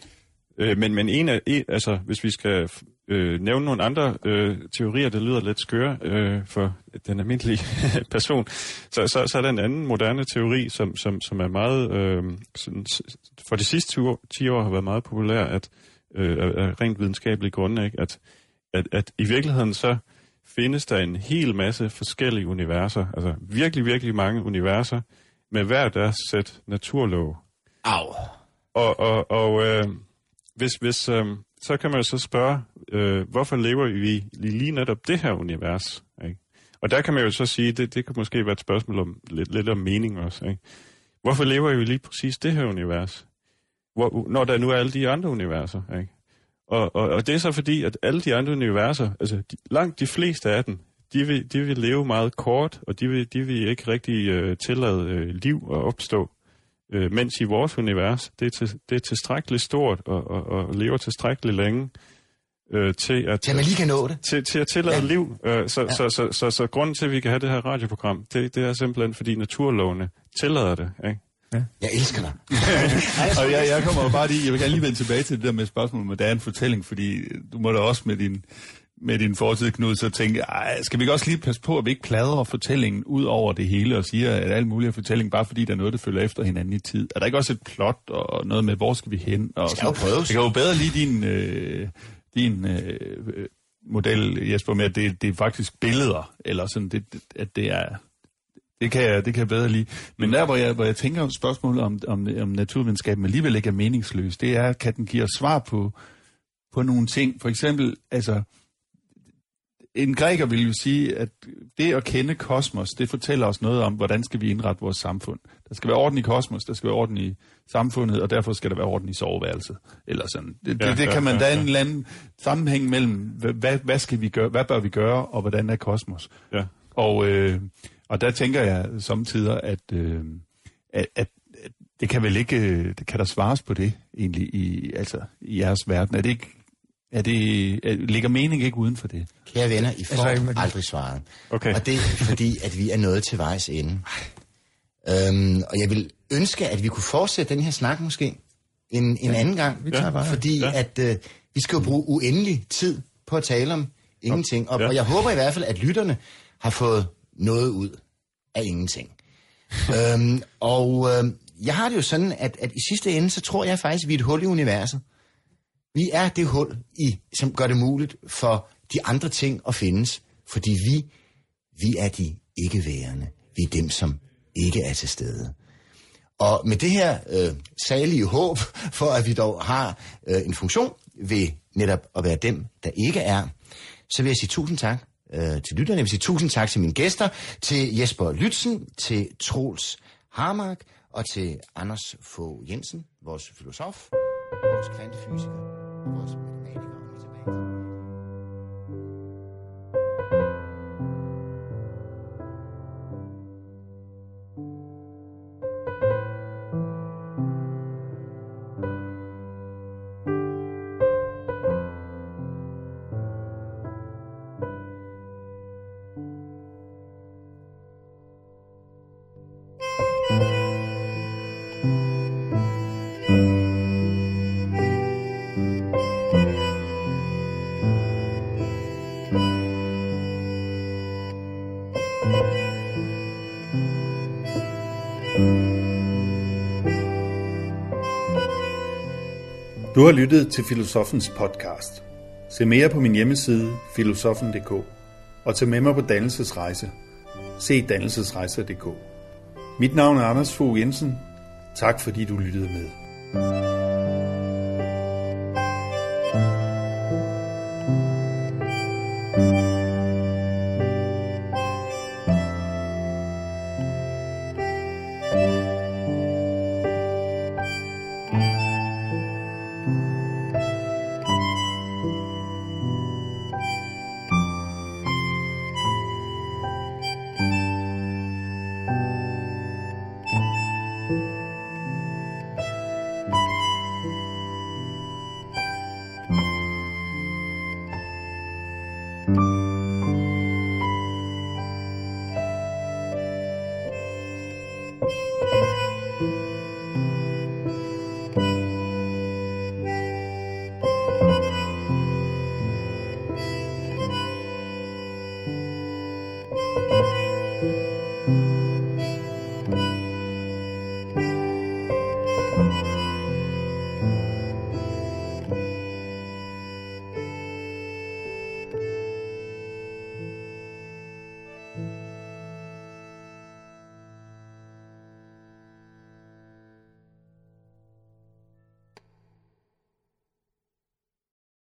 Øh, men men en af, en, altså hvis vi skal øh, nævne nogle andre øh, teorier, der lyder lidt skøre øh, for den almindelige person, så, så, så er der en anden moderne teori, som, som, som er meget, øh, sådan, for de sidste ti år, ti år har været meget populær, at øh, af rent videnskabelige grunde, ikke? At, at, at i virkeligheden så findes der en hel masse forskellige universer, altså virkelig, virkelig mange universer, med hver deres sæt naturlove. Au. Og, og, og øh, hvis, hvis, øh, så kan man jo så spørge, øh, hvorfor lever vi i lige netop det her univers? Ikke? Og der kan man jo så sige, det, det kan måske være et spørgsmål om lidt, lidt om mening også. Ikke? Hvorfor lever vi lige præcis det her univers? Hvor, når der nu er alle de andre universer, ikke? Og, og, og det er så fordi, at alle de andre universer, altså de, langt de fleste af dem, de vil, de vil leve meget kort, og de vil, de vil ikke rigtig øh, tillade øh, liv at opstå. Øh, mens i vores univers, det er, til, det er tilstrækkeligt stort og, og, og lever tilstrækkeligt længe øh, til at... Til man lige kan nå det. Til, til at tillade ja. liv. Øh, så, ja. så, så, så, så grunden til, at vi kan have det her radioprogram, det, det er simpelthen, fordi naturlovene tillader det, ikke? Ja. Jeg elsker dig. Og jeg, jeg kommer jo bare lige, jeg vil gerne lige vende tilbage til det der med spørgsmålet med, der er en fortælling, fordi du må da også med din, med din fortid, Knud, så tænke, ej, skal vi ikke også lige passe på, at vi ikke pladrer fortællingen ud over det hele og siger, at alt muligt er fortælling, bare fordi der er noget, der følger efter hinanden i tid. Er der ikke også et plot og noget med, hvor skal vi hen? Og skal jo prøves. Det kan jo bedre lige din, øh, din øh, model, Jesper, med, at det, det er faktisk billeder, eller sådan, det, at det er... Det kan jeg, det kan jeg bedre lide. Men der, hvor jeg, hvor jeg tænker om spørgsmålet om, om, om naturvidenskaben alligevel ikke er meningsløs, det er, kan den give os svar på, på nogle ting. For eksempel, altså, en græker vil jo sige, at det at kende kosmos, det fortæller os noget om, hvordan skal vi indrette vores samfund. Der skal være orden i kosmos, der skal være orden i samfundet, og derfor skal der være orden i soveværelset. Eller sådan. Det, ja, det, det kan man, ja, ja, ja. Der er en eller anden sammenhæng mellem, hvad, hvad skal vi gøre, hvad bør vi gøre, og hvordan er kosmos. Ja. Og... Øh, Og der tænker jeg samtidig, at, øh, at, at det kan vel ikke, det kan der svares på det egentlig i, altså, i jeres verden. Er det ikke, er det, er, ligger mening ikke uden for det? Kære venner, I får altså, aldrig svaret. Okay. Og det er fordi, at vi er nået til vejs ende. Øhm, og jeg vil ønske, at vi kunne fortsætte den her snak måske en, en ja. anden gang. Vi tager bare. Fordi ja. at øh, vi skal jo bruge uendelig tid på at tale om ingenting. Og, ja. og jeg håber i hvert fald, at lytterne har fået noget ud af ingenting. øhm, og øh, jeg har det jo sådan, at, at i sidste ende, så tror jeg faktisk, at vi er et hul i universet. Vi er det hul, i, som gør det muligt for de andre ting at findes. Fordi vi, vi er de ikke-værende. Vi er dem, som ikke er til stede. Og med det her øh, salige håb for, at vi dog har øh, en funktion ved netop at være dem, der ikke er, så vil jeg sige tusind tak øh, til lytterne. Jeg vil sige tusind tak til mine gæster, til Jesper Lützen, til Troels Harmark og til Anders Fogh Jensen, vores filosof, vores kvantefysiker, vores matematiker. Du har lyttet til Filosofens podcast. Se mere på min hjemmeside filosofen punktum d k og tag med mig på dannelsesrejse. Se dannelsesrejser punktum d k. Mit navn er Anders Fogh Jensen. Tak fordi du lyttede med. Thank you.